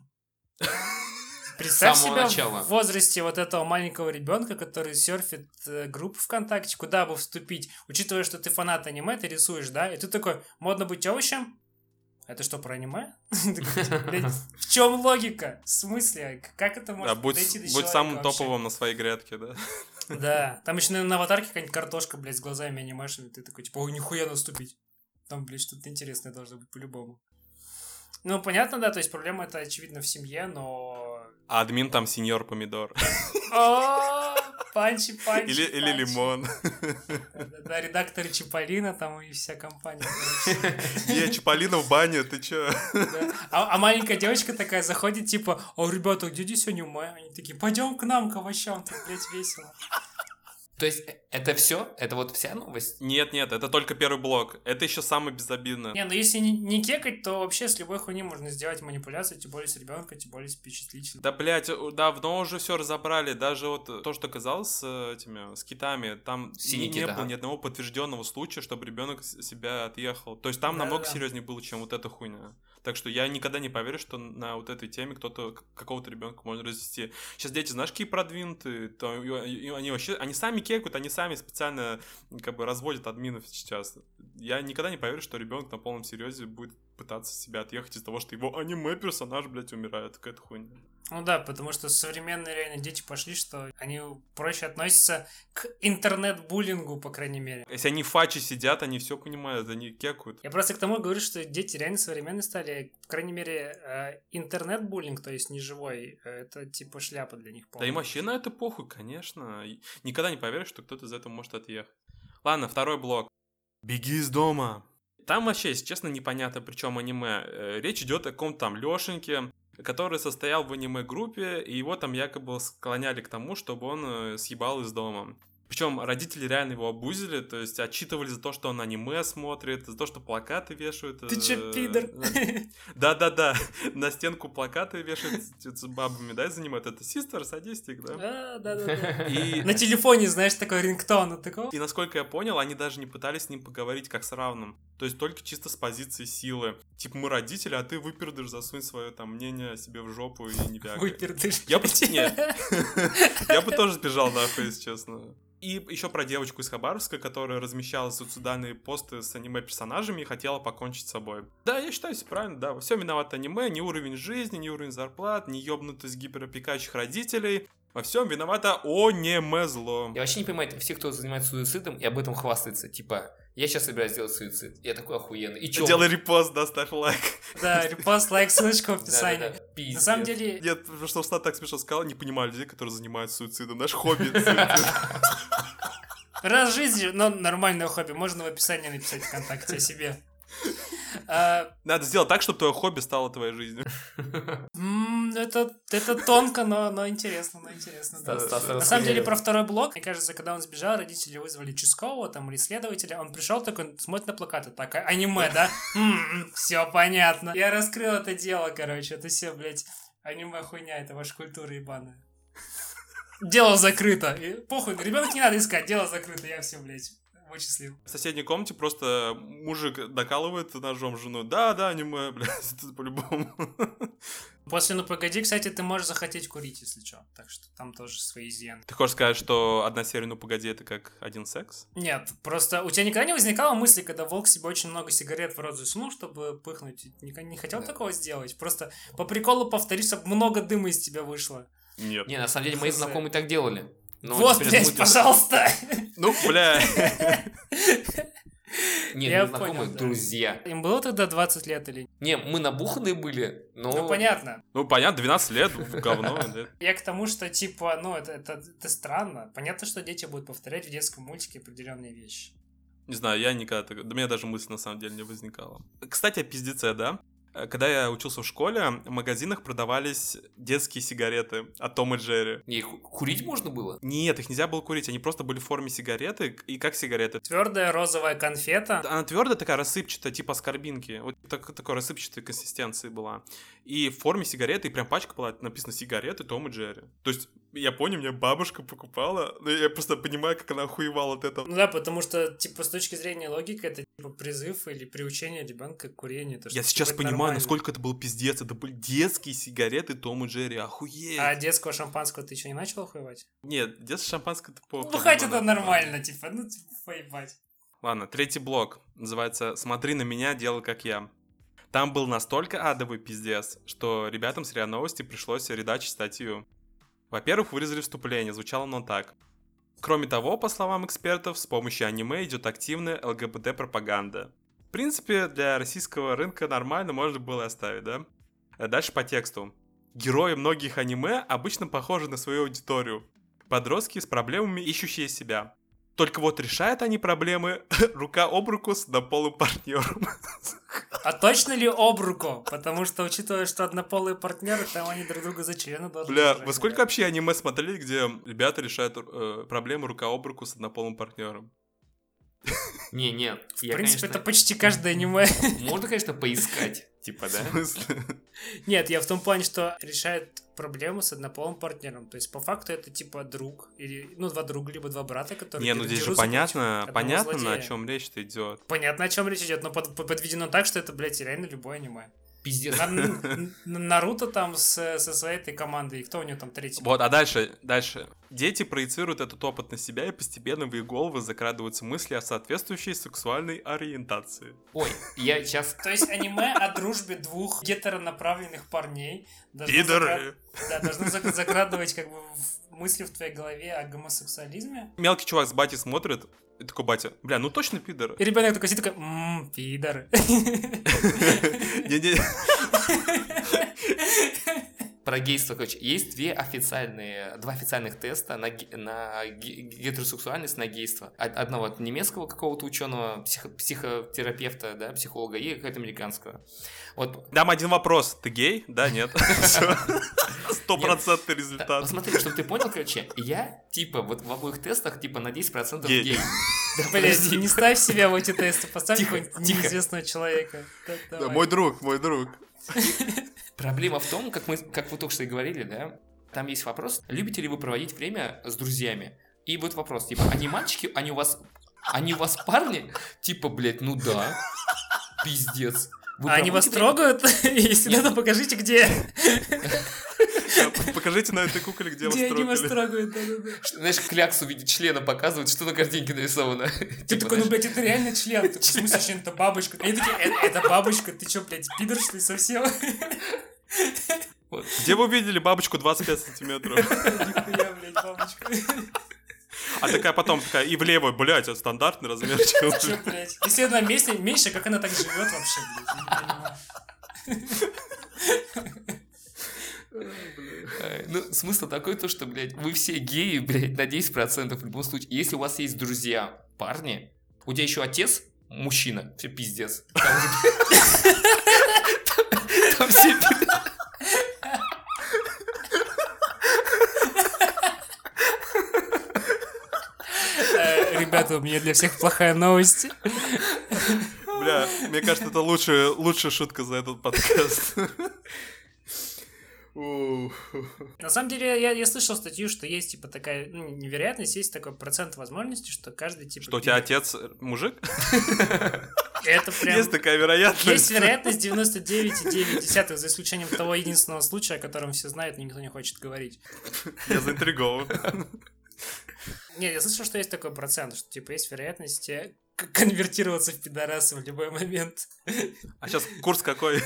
S3: Представь
S2: самого
S3: себя
S2: начала.
S3: в возрасте вот этого маленького ребенка, который серфит группу ВКонтакте, куда бы вступить, учитывая, что ты фанат аниме, ты рисуешь, да, и ты такой, модно быть овощем? Это что, про аниме? Блядь, в чем логика? В смысле? Как это
S1: Да,
S3: может
S1: будь
S3: дойти до
S1: будь
S3: человека
S1: самым
S3: вообще?
S1: топовым на своей грядке, да.
S3: Да, там еще на аватарке какая-нибудь картошка, блядь, с глазами анимешными, ты такой, типа, ой, нихуя наступить. Там, блядь, что-то интересное должно быть по-любому. Ну, понятно, да, то есть проблема это, очевидно, в семье, но...
S1: А админ там сеньор помидор.
S3: О, панчи.
S1: Или лимон.
S3: Да, редакторы Чиполлино там и вся компания.
S1: Не, Чиполлино в баню, ты чё?
S3: Да. А маленькая девочка такая заходит, типа, о, ребята, где здесь аниме? Они такие, пойдем к нам, к овощам, тут, блядь, весело.
S2: То есть, это все? Это вот вся новость?
S1: Нет, это только первый блок. Это еще самое безобидное.
S3: Не, ну если не кекать, то вообще с любой хуйней можно сделать манипуляцию, тем более с ребенком, тем более впечатлительно.
S1: Да, блядь, давно уже все разобрали. Даже вот то, что казалось с китами, там
S2: Синий
S1: не
S2: кит,
S1: было
S2: ага.
S1: ни одного подтвержденного случая, чтобы ребенок себя отъехал. То есть там
S3: Да-да-да.
S1: намного серьезнее было, чем вот эта хуйня. Так что я никогда не поверю, что на вот этой теме кто-то какого-то ребенка может развести. Сейчас дети, знаешь, какие продвинутые, то и они вообще, они сами кекают, они сами специально как бы разводят админов сейчас. Я никогда не поверю, что ребенок на полном серьезе будет пытаться себя отъехать из-за того, что его аниме-персонаж, блядь, умирает. Какая-то хуйня.
S3: Ну да, потому что современные реально дети пошли, что они проще относятся к интернет-буллингу, по крайней мере.
S1: Если они фачи сидят, они все понимают, они кекают.
S3: Я просто к тому говорю, что дети реально современные стали, по крайней мере, интернет-буллинг, то есть не живой, это типа шляпа для них
S1: Да
S3: полная.
S1: им вообще на это похуй, конечно. И никогда не поверишь, что кто-то из этого может отъехать. Ладно, второй блок. Беги из дома. Там вообще, если честно, непонятно, при чем аниме. Речь идет о каком-то там Лешеньке, который состоял в аниме-группе, и его там якобы склоняли к тому, чтобы он съебал из дома. Причем родители реально его абузили, то есть отчитывали за то, что он аниме смотрит, за то, что плакаты вешают.
S3: Ты чё, пидор?
S1: Да-да-да, на стенку плакаты вешают с бабами, да, занимают. Это Систер, Садистик, да?
S3: Да.
S1: И...
S3: На телефоне, знаешь, такой рингтон. Такого.
S1: И насколько я понял, они даже не пытались с ним поговорить как с равным. То есть только чисто с позиции силы. Типа, мы родители, а ты выпердыш, засунь свое там мнение себе в жопу и не вякай.
S3: Выпердыш.
S1: Я бы... Нет. Я бы тоже сбежал нахуй, если честно. И еще про девочку из Хабаровска, которая размещала суицидальные посты с аниме-персонажами и хотела покончить с собой. Да, я считаю, все правильно, да. Все виновато аниме, не уровень жизни, не уровень зарплат, не ёбнутость гиперопекающих родителей. Во всем виновато аниме зло.
S2: Я вообще не понимаю, все, кто занимается суицидом и об этом хвастается, типа, я сейчас собираюсь сделать суицид. Я такой охуенный. И чё?
S1: Делай репост, да, ставь лайк.
S3: Да, репост, лайк, ссылочка в описании.
S2: Да-да-да. Пиздец.
S3: На самом деле...
S1: Нет, потому что Устат так смешно сказал, не понимаю людей, которые занимаются суицидом. Наш хобби суицид.
S3: Раз в жизни, но нормальное хобби. Можно в описании написать ВКонтакте о себе.
S1: Надо сделать так, чтобы твое хобби стало твоей жизнью.
S3: Это тонко, но интересно, да. На самом деле, про второй блок, мне кажется, когда он сбежал, родители вызвали участкового там или следователя, он пришел такой, смотрит на плакаты, так, аниме, да? Все понятно. Я раскрыл это дело, короче, это все, блядь, аниме хуйня, это ваша культура ебаная. Дело закрыто. И похуй, ребенок не надо искать, дело закрыто, я все, блядь, вычислил.
S1: В соседней комнате просто мужик докалывает ножом жену. Да, аниме, блядь, это по-любому.
S3: После «Ну погоди», кстати, ты можешь захотеть курить, если что. Так что там тоже свои изъяны.
S1: Ты хочешь сказать, что одна серия «Ну погоди» это как один секс?
S3: Нет, просто у тебя никогда не возникало мысли, когда волк себе очень много сигарет в рот засунул, чтобы пыхнуть? Не хотел такого сделать? Просто по приколу повторить, чтобы много дыма из тебя вышло.
S1: Нет.
S2: Не, на самом деле, мои знакомые так делали. Но
S3: вот,
S2: теперь
S3: блядь,
S2: думают,
S3: пожалуйста!
S1: Ну, бля.
S2: Не,
S3: Я
S2: не знакомые,
S3: понял, да.
S2: Друзья.
S3: Им было тогда 20 лет или...
S2: Не, мы набуханные были, но...
S3: Ну, понятно.
S1: Ну, понятно, 12 лет, говно. Да.
S3: Я к тому, что, типа, ну, это странно. Понятно, что дети будут повторять в детском мультике определенные вещи.
S1: Не знаю, я никогда так... Да у меня даже мысль на самом деле не возникала. Кстати, о пиздеце, да? Когда я учился в школе, в магазинах продавались детские сигареты от Том и Джерри.
S2: Не, их курить можно было?
S1: Нет, их нельзя было курить, они просто были в форме сигареты, и как сигареты.
S3: Твердая розовая конфета.
S1: Она твердая, такая рассыпчатая, типа аскорбинки. Вот такой рассыпчатой консистенции была. И в форме сигареты, и прям пачка была, написано «Сигареты Том и Джерри». То есть, я помню, мне бабушка покупала, но я просто понимаю, как она охуевала от этого.
S3: Ну да, потому что, типа, с точки зрения логики, это, типа, призыв или приучение ребенка к курению. То,
S1: Я
S3: что,
S1: сейчас
S3: типа,
S1: понимаю,
S3: нормально.
S1: насколько это был пиздец. Это были детские сигареты Том и Джерри. Охуеть.
S3: А детского шампанского ты еще не начал охуевать?
S1: Нет, детство шампанское это плохо.
S3: Бухать это нормально, типа, ну, типа, поебать.
S1: Ладно, третий блок. Называется «Смотри на меня, делай как я». Там был настолько адовый пиздец, что ребятам с РИА Новости пришлось редачить статью. Во-первых, вырезали вступление, звучало оно так. Кроме того, по словам экспертов, с помощью аниме идет активная ЛГБТ-пропаганда. В принципе, для российского рынка нормально, можно было оставить, да? Дальше по тексту. Герои многих аниме обычно похожи на свою аудиторию. Подростки с проблемами, ищущие себя. Только вот решают они проблемы рука об руку с однополым партнером.
S3: А точно ли об руку? Потому что, учитывая, что однополые партнеры, там они друг друга за члены должны
S1: Бля,
S3: держать,
S1: вы сколько
S3: да.
S1: вообще аниме смотрели, где ребята решают проблемы рука об руку с однополым партнером?
S2: Не,
S3: В принципе, это почти каждое аниме.
S2: Можно, конечно, поискать, типа, да?
S1: В смысле?
S3: Нет, я в том плане, что решает проблему с однополым партнером. То есть, по факту, это типа друг, или, ну, два друга, либо два брата, которые...
S1: Не, ну здесь же
S3: дерутся
S1: понятно,
S3: против
S1: понятно,
S3: одного
S1: о
S3: злодея.
S1: чем речь-то идет.
S3: Понятно, о чем речь идет, но подведено так, что это, блядь, реально любое аниме.
S2: Пиздец.
S3: Наруто там со своей этой командой, и кто у него там третий?
S1: Вот, а дальше. Дети проецируют этот опыт на себя, и постепенно в их головы закрадываются мысли о соответствующей сексуальной ориентации.
S2: Ой, я сейчас...
S3: То есть аниме о дружбе двух гетеронаправленных парней
S1: Пидоры!
S3: должно закрадывать как бы мысли в твоей голове о гомосексуализме.
S1: Мелкий чувак с батей смотрит, и такой батя, бля, ну точно пидоры.
S3: И ребенок такой сидит, такой, пидоры.
S1: Не-не.
S2: про гейство, короче. Есть два официальных теста на гетеросексуальность, на гейство. Одного от немецкого какого-то ученого, психотерапевта, да, психолога, и какого-то американского. Вот.
S1: Дам один вопрос. Ты гей? Да, нет? 100% результат.
S2: Посмотри, чтобы ты понял, короче, я, типа, вот в обоих тестах, типа, на 10% гей.
S3: Да, блядь, не ставь себя в эти тесты, поставь какого-нибудь неизвестного человека.
S1: Да, мой друг.
S2: Проблема в том, как вы только что и говорили, да, там есть вопрос, любите ли вы проводить время с друзьями? И будет вопрос, типа, они мальчики, они у вас парни? Типа, блядь, ну да, пиздец.
S3: А они вас трогают? Если надо, покажите, где.
S1: Покажите на этой кукле, где вас
S3: они вас
S1: трогали.
S3: трогают, да.
S2: Знаешь, кляксу в виде члена показывают, что на картинке нарисовано.
S3: Ты такой, ну, блядь, это реально член. В смысле, член, это бабочка. Они такие, это бабочка, ты чё, блядь, пидор, что ли, совсем?
S1: Где вы увидели бабочку 25 сантиметров?
S3: Нихуя, блядь, бабочка.
S1: А такая потом такая, и в левой, блядь, это стандартный размерчик.
S3: Чё, блядь? Если она меньше, как она так живет вообще, блядь, я не понимаю.
S2: Ну, смысл такой, то, что, блядь, вы все геи, блядь, на 10% в любом случае. Если у вас есть друзья, парни, у тебя еще отец, мужчина, все пиздец. Там все
S3: Ребята, у меня для всех плохая новость.
S1: Бля, мне кажется, это лучшая шутка за этот подкаст.
S3: На самом деле, я слышал статью, что есть, типа, такая, ну, невероятность, есть такой процент возможности, что каждый, типа...
S1: Что, у тебя отец мужик?
S3: Это прям...
S1: Есть такая вероятность?
S3: Есть вероятность 99,9, за исключением того единственного случая, о котором все знают, но никто не хочет говорить.
S1: Я заинтригован.
S3: Нет, я слышал, что есть такой процент, что, типа, есть вероятность конвертироваться в пидораса в любой момент.
S1: А сейчас курс какой?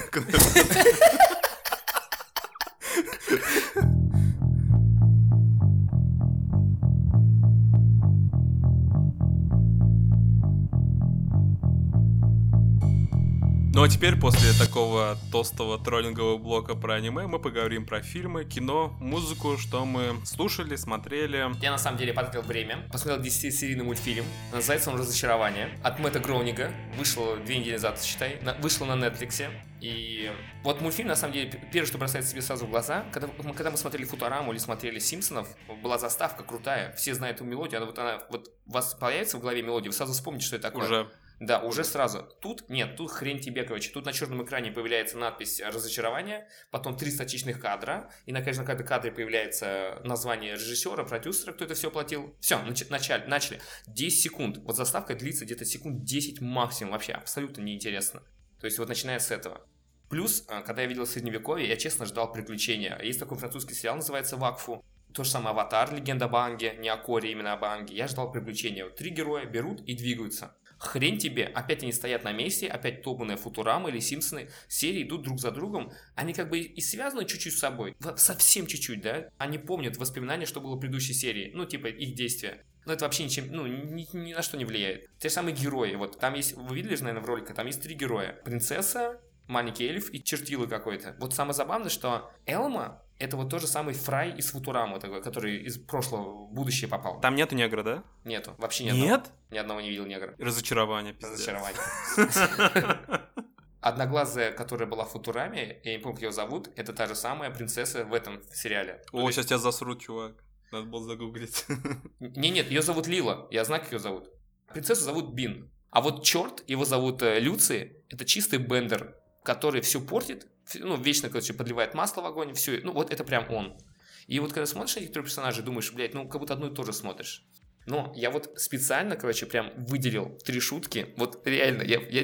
S1: Ну а теперь, после такого толстого троллингового блока про аниме, мы поговорим про фильмы, кино, музыку, что мы слушали, смотрели.
S2: Я на самом деле потратил время, посмотрел 10-серийный мультфильм, называется он «Разочарование», от Мэтта Гроунинга, вышло 2 недели назад, считай, вышло на Netflix. И вот мультфильм, на самом деле, первое, что бросается себе сразу в глаза, когда мы смотрели «Футураму» или смотрели «Симпсонов», была заставка крутая, все знают эту мелодию, она вот у вас появится в голове мелодия, вы сразу вспомните, что это такое.
S1: Уже.
S2: Да, уже сразу. Тут нет, тут хрень тебе, короче. Тут на черном экране появляется надпись «Разочарование», потом 3 статичных кадра, и на каждом кадре появляется название режиссера, продюсера, кто это все платил. Все, начали. 10 секунд. Вот заставка длится где-то секунд 10 максимум, вообще абсолютно неинтересно. То есть вот начиная с этого. Плюс, когда я видел Средневековье, я честно ждал приключения. Есть такой французский сериал, называется «Вакфу». То же самое «Аватар», легенда об Аанге, не о Коре, именно об Аанге. Я ждал приключения. 3 героя берут и двигаются. Хрень тебе, опять они стоят на месте, опять тобанная Футурама или Симпсоны, серии идут друг за другом, они как бы и связаны чуть-чуть с собой, совсем чуть-чуть, да, они помнят воспоминания, что было в предыдущей серии, ну, типа, их действия, но это вообще ничем, ну, ни на что не влияет. Те же самые герои, вот, там есть, вы видели же, наверное, в ролике, там есть 3 героя, принцесса, маленький эльф и чертила какой-то. Вот самое забавное, что Элма — это вот тот же самый Фрай из Футурамы, такой, который из прошлого в будущее попал.
S1: Там нету негра, да?
S2: Нету, вообще ни одного.
S1: Нет?
S2: Ни одного не видел негра.
S1: Разочарование, пиздец.
S2: Разочарование. Одноглазая, которая была в Футураме, я не помню, как ее зовут, это та же самая принцесса в этом сериале.
S1: О, сейчас тебя засрут, чувак. Надо было загуглить.
S2: Нет, ее зовут Лила, я знаю, как ее зовут. Принцессу зовут Бин. А вот черт, его зовут Люци, это чистый бендер, который все портит, ну, вечно, короче, подливает масло в огонь, все, ну, вот это прям он. И вот когда смотришь на этих 3 персонажей, думаешь, блядь, ну, как будто одно и то же смотришь. Но я вот специально, короче, прям выделил 3 шутки, вот реально,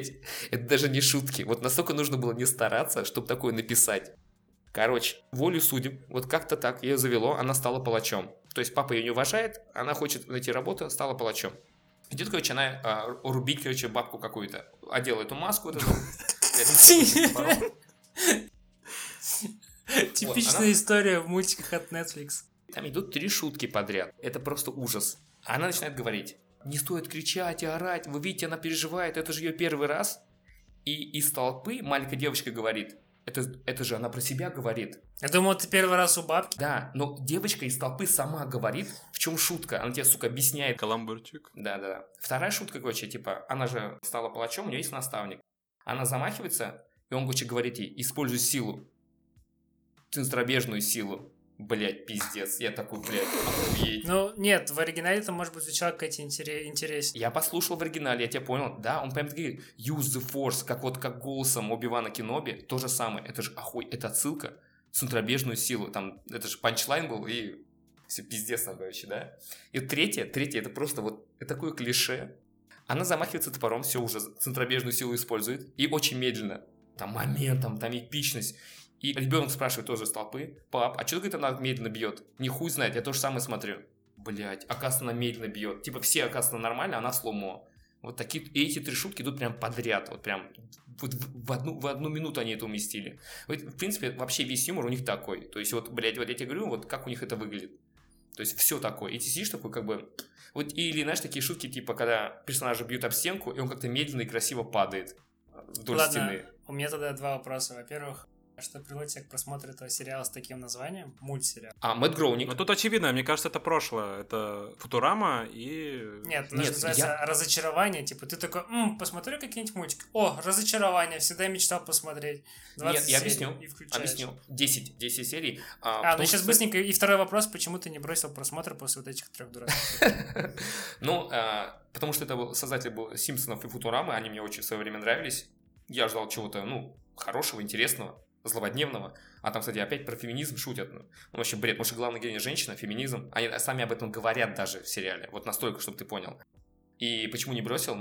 S2: это даже не шутки, вот настолько нужно было не стараться, чтобы такое написать. Короче, волю судеб, вот как-то так, ее завело, она стала палачом. То есть папа ее не уважает, она хочет найти работу, стала палачом. Идет, короче, она рубить, короче, бабку какую-то, одела эту маску, вот эту.
S3: Типичная история в мультиках от Netflix.
S2: Там идут 3 шутки подряд. Это просто ужас. Она начинает говорить: не стоит кричать и орать, вы видите, она переживает, это же ее первый раз. И из толпы маленькая девочка говорит: Это же она про себя говорит.
S3: Я думал, ты первый раз у бабки.
S2: Да, но девочка из толпы сама говорит, в чем шутка. Она тебе, сука, объясняет.
S1: Каламбурчик.
S2: Да. Вторая шутка, короче, типа, она же стала палачом, у нее есть наставник. Она замахивается, и он, короче, говорит ей, используй силу. Центробежную силу. Блять, пиздец. Я такой, блядь, охуеть.
S3: Ну, нет, в оригинале это, может быть, звучало какая-то интереснее.
S2: Я послушал в оригинале, я тебя понял. Да, он прям говорит, use the force, как голосом Оби-Вана Кеноби. То же самое. Это же это отсылка. Центробежную силу. Там, это же панчлайн был, и все пиздец там, короче, да. И третье, это просто вот это такое клише. Она замахивается топором, все уже центробежную силу использует. И очень медленно. Там моментом, там эпичность. И ребенок спрашивает тоже с толпы: пап, а что, говорит, она медленно бьет? Не хуй знает, я то же самое смотрю. Блять, оказывается, она медленно бьет. Типа все, оказывается, нормально, она в слоумо. Вот такие, и эти три шутки идут прям подряд. Вот прям вот в одну минуту они это уместили. Вот, в принципе, вообще весь юмор у них такой. То есть вот, блядь, вот я тебе говорю, вот как у них это выглядит. То есть все такое. И ты сидишь такой, как бы... Вот или, знаешь, такие шутки, типа, когда персонажи бьют об стенку, и он как-то медленно и красиво падает вдоль стены.
S3: У меня тогда два вопроса. Во-первых, что приводит тебя к просмотру этого сериала с таким названием? Мультсериал.
S2: Мэтт Гроуник.
S1: Но тут очевидно, мне кажется, это прошлое. Это Футурама и...
S3: Нет, называется разочарование. Типа, ты такой, посмотрю какие-нибудь мультики. О, разочарование, всегда мечтал посмотреть. 20
S2: Нет, я
S3: серий
S2: объясню. 10 серий.
S3: Ну сейчас быстренько. И второй вопрос, почему ты не бросил просмотр после вот этих 3 дурацких?
S2: Ну, потому что это создатель был Симпсонов и Футурамы, они мне очень в свое время нравились. Я ждал чего-то, хорошего, интересного, злободневного. А там, кстати, опять про феминизм шутят. Вообще бред, потому что главная героиня женщина, феминизм. Они сами об этом говорят даже в сериале. Вот настолько, чтобы ты понял. И почему не бросил?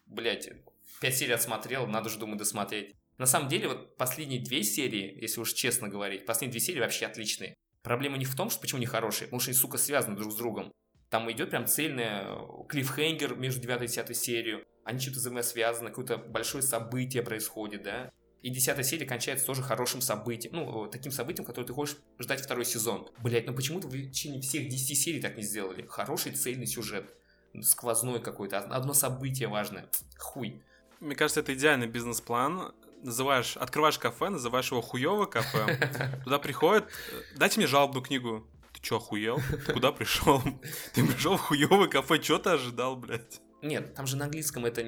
S2: 5 серий отсмотрел, надо же, думаю, досмотреть. На самом деле, вот последние 2 серии, если уж честно говорить, последние 2 серии вообще отличные. Проблема не в том, что почему они хорошие, потому что они, сука, связаны друг с другом. Там идет прям цельный клиффхенгер между 9 и 10 серией. Они что-то взаимосвязаны, какое-то большое событие происходит, да. И 10 серия кончается тоже хорошим событием. Таким событием, которое ты хочешь ждать второй сезон. Блять, почему-то в течение всех 10 серий так не сделали. Хороший цельный сюжет. Сквозной какой-то. Одно событие важное. Хуй.
S1: Мне кажется, это идеальный бизнес-план. Открываешь кафе, называешь его хуёвое кафе. Туда приходят: дайте мне жалобную книгу. Ты чё, охуел? Ты куда пришел? Ты пришел в хуёвое кафе, чё ты ожидал, блядь?
S2: Нет, там же на английском это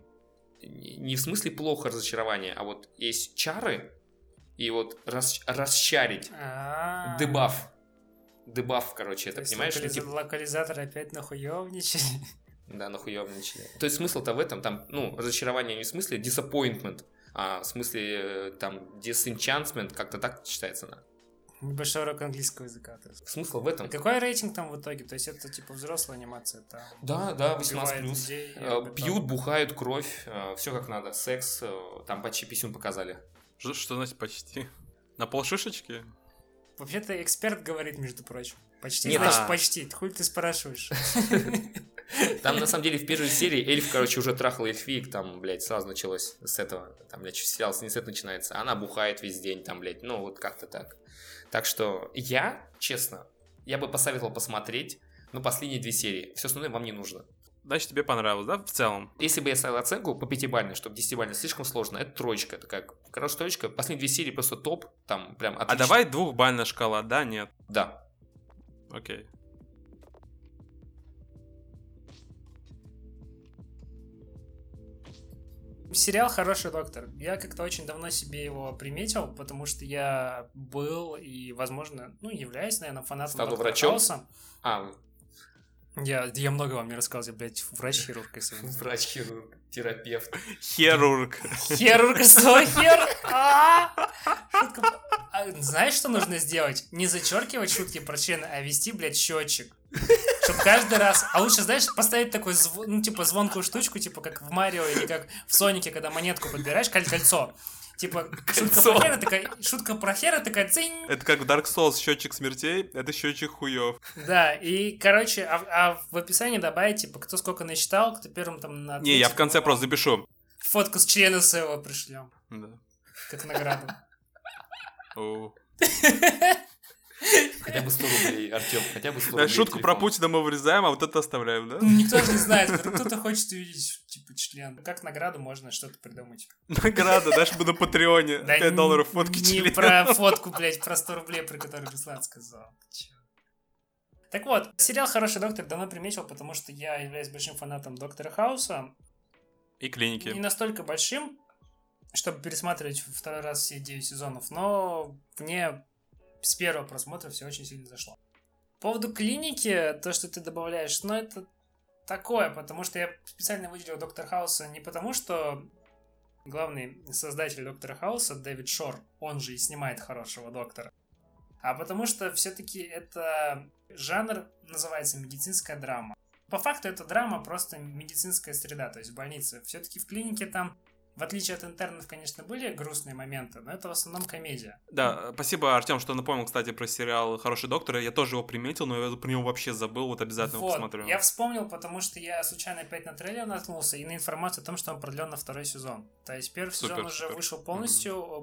S2: не в смысле плохо разочарование, а вот есть чары, и вот расчарить. Дебаф. Дебаф, короче, это, понимаешь?
S3: Локализатор опять нахуёвничали.
S2: Да, нахуёвничали. То есть смысл-то в этом, там, разочарование не в смысле disappointment, а в смысле, там, disenchantment, как-то так читается она.
S3: Небольшой урок английского языка.
S2: Смысл в этом.
S3: А какой рейтинг там в итоге? То есть это типа взрослая анимация? Там,
S2: да, 18+. Пьют, бухают, кровь, все как надо. Секс, там почти писюн показали.
S1: Что значит почти? На полшишечки?
S3: Вообще-то эксперт говорит, между прочим. Почти,
S2: нет,
S3: значит почти. Хуй ты спрашиваешь.
S2: Там, на самом деле, в первой серии эльф, короче, уже трахал эльфийк, там, блядь, сразу началось с этого. Там, блядь, сериал с этого начинается. Она бухает весь день, там, блядь, вот как-то так. Так что честно, я бы посоветовал посмотреть, последние 2 серии. Все остальное вам не нужно.
S1: Значит, тебе понравилось, да, в целом?
S2: Если бы я ставил оценку по 5-бальной, чтобы 10-бальной, слишком сложно. Это 3, такая хорошая 3. Последние 2 серии просто топ, там прям отлично.
S1: А давай 2-бальная шкала, да, нет?
S2: Да.
S1: Окей.
S3: Сериал «Хороший доктор». Я как-то очень давно себе его приметил, потому что я был и, возможно, являюсь, наверное, фанатом
S2: Стану
S3: доктора
S2: врачом?
S3: Хауса. Я много вам не рассказывал, блядь, врач-хирург.
S2: Врач-хирург, терапевт.
S1: Хирург.
S3: Хирург, что хирург? Шутка. Знаешь, что нужно сделать? Не зачеркивать шутки про члены, а вести, блядь, счетчик. Чтобы каждый раз... А лучше, знаешь, поставить такой, звонкую штучку, типа как в Марио или как в Сонике, когда монетку подбираешь, кольцо. Типа, шутка про хера такая, цинь.
S1: Это как в Dark Souls счетчик смертей, это счетчик хуев.
S3: Да, и, короче, а в описании добавить, типа, кто сколько насчитал, кто первым там на...
S1: Не, я в конце просто запишу.
S3: Фотку с члена своего пришлем.
S1: Да.
S3: Как награду.
S2: Хотя бы 100 рублей, Артем, хотя бы 100
S1: Да,
S2: рублей.
S1: шутку про
S2: телефон.
S1: Путина мы вырезаем, а вот это оставляем, да?
S3: Никто же не знает, вдруг кто-то хочет увидеть, типа, член. Как награду можно что-то придумать.
S1: Награда, дашь бы на Патреоне.
S3: Да
S1: $5 фотки
S3: не
S1: члена.
S3: про фотку, блядь, про 100 рублей, про который Руслан сказал. Чё? Так вот, сериал «Хороший доктор» давно приметил, потому что я являюсь большим фанатом Доктора Хауса.
S1: И клиники.
S3: Не настолько большим, чтобы пересматривать второй раз все 9 сезонов, но мне с первого просмотра все очень сильно зашло. По поводу клиники, то, что ты добавляешь, ну, это такое, потому что я специально выделил Доктора Хауса не потому, что главный создатель Доктора Хауса, Дэвид Шор, он же и снимает «Хорошего доктора», а потому что все-таки это жанр называется медицинская драма. По факту это драма, просто медицинская среда, то есть больница. Все-таки в клинике там, в отличие от интернов, конечно, были грустные моменты, но это в основном комедия.
S1: Да, спасибо, Артем, что напомнил, кстати, про сериал «Хороший доктор». Я тоже его приметил, но я про него вообще забыл, вот обязательно его
S3: Вот,
S1: посмотрю.
S3: я вспомнил, потому что я случайно опять на трейлер наткнулся и на информацию о том, что он продлен на второй сезон. То есть первый сезон уже вышел полностью,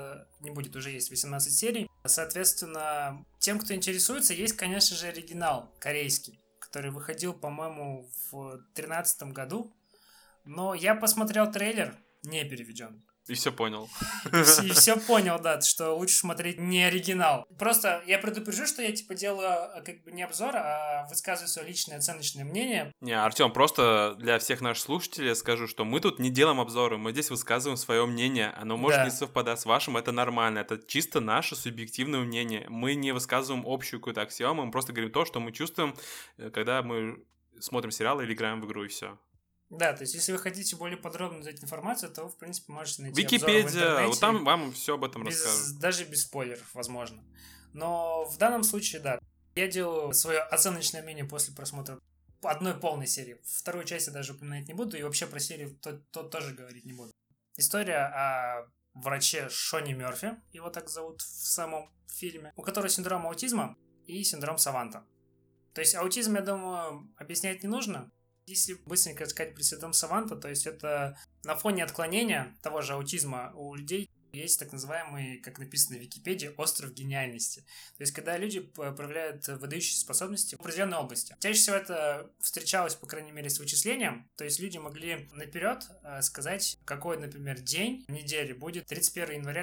S3: уже есть 18 серий. Соответственно, тем, кто интересуется, есть, конечно же, оригинал корейский, который выходил, по-моему, в 2013 году. Но я посмотрел трейлер, не переведен.
S1: И все понял.
S3: И все понял, да, что лучше смотреть не оригинал. Просто я предупрежу, что я типа делаю как бы не обзор, а высказываю свое личное оценочное мнение.
S1: Не, Артем, просто для всех наших слушателей скажу, что мы тут не делаем обзоры, мы здесь высказываем свое мнение. Оно может не совпадать с вашим, это нормально. Это чисто наше субъективное мнение. Мы не высказываем общую какую-то аксиому, мы просто говорим то, что мы чувствуем, когда мы смотрим сериалы или играем в игру, и все.
S3: Да, то есть, если вы хотите более подробно узнать информацию, то вы, в принципе, можете найти
S1: Википедия,
S3: обзоры в интернете.
S1: вот там вам все об этом расскажут.
S3: Даже без спойлеров, возможно. Но в данном случае, да, я делаю свое оценочное мнение после просмотра одной полной серии. Вторую часть я даже упоминать не буду, и вообще про серию тоже говорить не буду. История о враче Шоне Мёрфи, его так зовут в самом фильме, у которого синдром аутизма и синдром Саванта. То есть аутизм, я думаю, объяснять не нужно. Если быстренько сказать про синдром Саванта, то есть это на фоне отклонения того же аутизма у людей есть так называемый, как написано в Википедии, остров гениальности. То есть когда люди проявляют выдающиеся способности в определенной области. Чаще всего это встречалось, по крайней мере, с вычислением. То есть люди могли наперед сказать, какой, например, день недели будет 31 января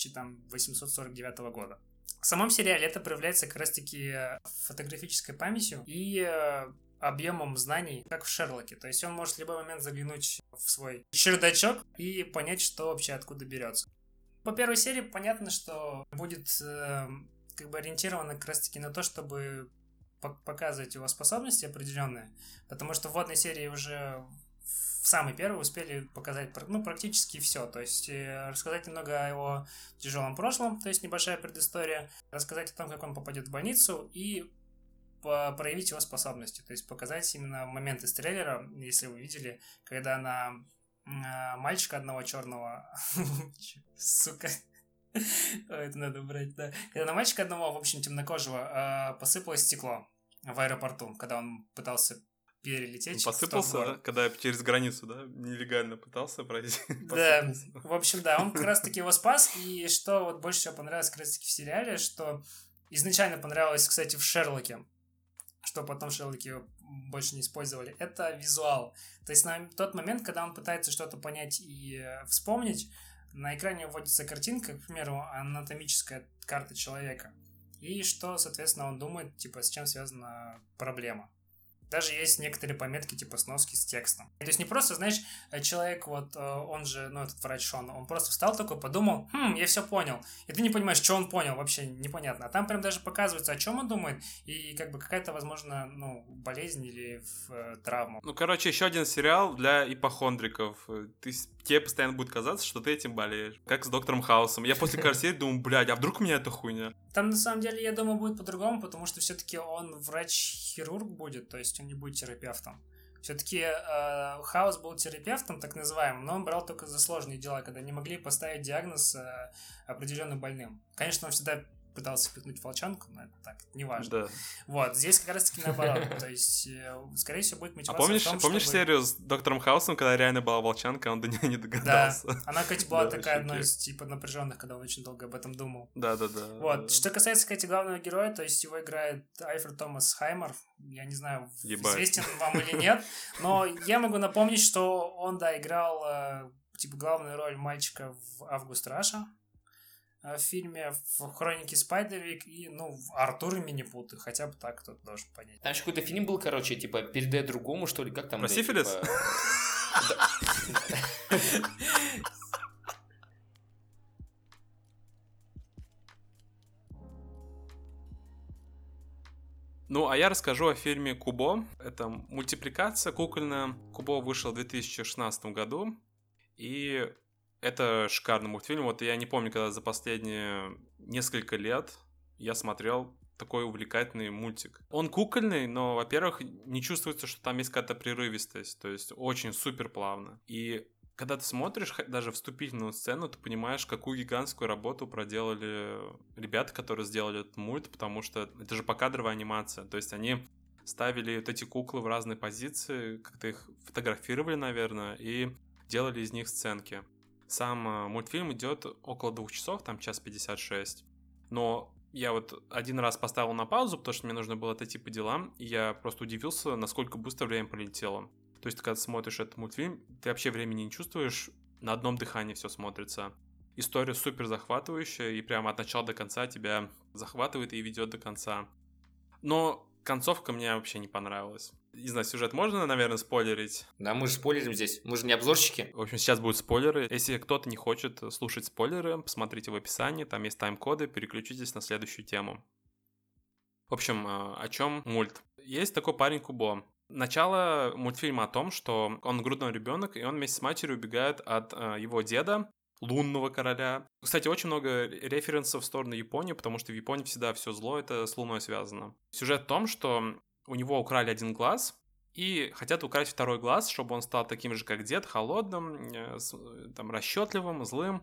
S3: 3849 года. В самом сериале это проявляется как раз-таки фотографической памятью и объемом знаний, как в Шерлоке. То есть он может в любой момент заглянуть в свой чердачок и понять, что вообще откуда берется. По первой серии понятно, что будет как бы ориентировано как раз-таки на то, чтобы показывать его способности определенные, потому что в вводной серии уже в самой первой успели показать практически все. То есть рассказать немного о его тяжелом прошлом, то есть небольшая предыстория, рассказать о том, как он попадет в больницу и проявить его способности, то есть показать именно момент из трейлера, если вы видели, когда на мальчика одного черного, сука, это надо брать, да, когда на мальчика одного, в общем, темнокожего посыпалось стекло в аэропорту, когда он пытался перелететь.
S1: Посыпался, да? Когда через границу, да, нелегально пытался пройти.
S3: Да, в общем, да, он как раз-таки его спас, и что вот больше всего понравилось как раз-таки в сериале, что изначально понравилось, кстати, в Шерлоке, что потом в Шерлоке больше не использовали, это визуал. То есть на тот момент, когда он пытается что-то понять и вспомнить, на экране вводится картинка, к примеру, анатомическая карта человека. И что, соответственно, он думает, типа, с чем связана проблема. Даже есть некоторые пометки, типа сноски с текстом. То есть не просто, знаешь, человек, вот он же, этот врач Шон, он просто встал такой, подумал, я все понял. И ты не понимаешь, что он понял, вообще непонятно. А там прям даже показывается, о чем он думает, и как бы какая-то, возможно, болезнь или травма.
S1: Короче, еще один сериал для ипохондриков. Тебе постоянно будет казаться, что ты этим болеешь. Как с Доктором Хаусом. Я после каждой серии думаю, блядь, а вдруг у меня это хуйня?
S3: Там, на самом деле, я думаю, будет по-другому, потому что все-таки он врач-хирург будет, то есть он не будет терапевтом. Все-таки Хаус был терапевтом, так называемым, но он брал только за сложные дела, когда не могли поставить диагноз определенным больным. Конечно, он всегда пытался впихнуть волчанку, но это так, неважно.
S1: Да.
S3: Вот, здесь как раз-таки наоборот, то есть, скорее всего, будет
S1: А
S3: мотивация в том,
S1: помнишь
S3: чтобы...
S1: серию с Доктором Хаусом, когда реально была волчанка, а он до нее не
S3: Да,
S1: догадался?
S3: она, кстати, была
S1: Да,
S3: такая
S1: вообще
S3: одной
S1: кек.
S3: из, типа, напряженных, когда он очень долго об этом думал.
S1: Да.
S3: Вот, что касается, кстати, главного героя, то есть его играет Альфред Томас Хаймер, я не знаю,
S1: Ебать.
S3: известен вам или нет, но я могу напомнить, что он, да, играл, типа, главную роль мальчика в «Август Раша», в фильме, в «Хронике Спайдервик» и, ну, в «Артур и Минипуты», хотя бы так кто-то должен понять.
S2: Там еще какой-то фильм был, короче, типа «Передай другому», что ли, как там?
S1: Про
S2: блядь,
S1: сифилис?
S2: типа,
S1: Ну, а я расскажу о фильме «Кубо». Это мультипликация кукольная. «Кубо» вышел в 2016 году. И это шикарный мультфильм. Вот я не помню, когда за последние несколько лет я смотрел такой увлекательный мультик. Он кукольный, но, во-первых, не чувствуется, что там есть какая-то прерывистость. То есть очень супер плавно. И когда ты смотришь даже вступительную сцену, ты понимаешь, какую гигантскую работу проделали ребята, которые сделали этот мульт, потому что это же покадровая анимация. То есть они ставили вот эти куклы в разные позиции, как-то их фотографировали, наверное, и делали из них сценки. Сам мультфильм идет около 2 часов, там 1:56. Но я вот один раз поставил на паузу, потому что мне нужно было отойти по делам, и я просто удивился, насколько быстро время пролетело. То есть, когда ты смотришь этот мультфильм, ты вообще времени не чувствуешь, на одном дыхании все смотрится. История супер захватывающая, и прямо от начала до конца тебя захватывает и ведет до конца. Но концовка мне вообще не понравилась. Не знаю, сюжет можно, наверное, спойлерить?
S2: Да, мы же спойлерим здесь, мы же не обзорщики.
S1: В общем, сейчас будут спойлеры. Если кто-то не хочет слушать спойлеры, посмотрите в описании, там есть тайм-коды, переключитесь на следующую тему. В общем, о чем мульт? Есть такой парень Кубо. Начало мультфильма о том, что он грудной ребенок, и он вместе с матерью убегает от его деда, лунного короля. Кстати, очень много референсов в сторону Японии, потому что в Японии всегда все зло это с Луной связано. Сюжет в том, что у него украли один глаз, и хотят украсть второй глаз, чтобы он стал таким же, как дед, холодным, там, расчетливым, злым.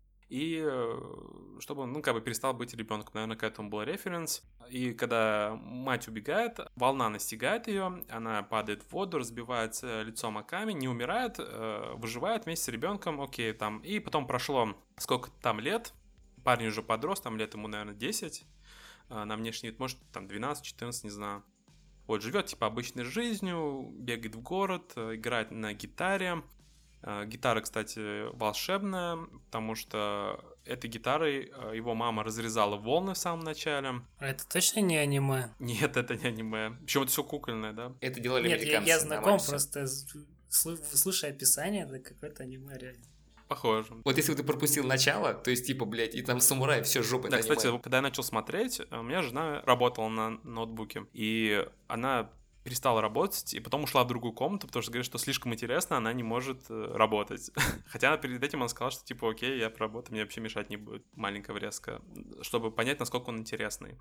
S1: И чтобы он, перестал быть ребенком. Наверное, к этому был референс. И когда мать убегает, волна настигает ее, она падает в воду, разбивается лицом о камень, не умирает, выживает вместе с ребенком, окей, там. И потом прошло сколько там лет, парень уже подрос, там лет ему, наверное, 10, на внешний вид, может, там 12-14, не знаю. Вот, живет, типа, обычной жизнью, бегает в город, играет на гитаре. Гитара, кстати, волшебная, потому что этой гитарой его мама разрезала волны в самом начале.
S3: А это точно не аниме?
S1: Нет, это не аниме. Причем это все кукольное, да?
S2: Это делали
S3: Нет,
S2: американцы.
S3: я знаком,
S2: нормально всё.
S3: просто слушая описание, это какое-то аниме реально.
S1: Похоже.
S2: Вот если бы ты пропустил начало, то есть, типа, блядь, и там самурай, все жопой
S1: Да,
S2: на
S1: кстати,
S2: аниме.
S1: когда я начал смотреть, у меня жена работала на ноутбуке, и она перестала работать, и потом ушла в другую комнату, потому что говорит, что слишком интересно, она не может работать. Хотя перед этим она сказала, что типа, окей, я поработаю, мне вообще мешать не будет, маленькая врезка, чтобы понять, насколько он интересный.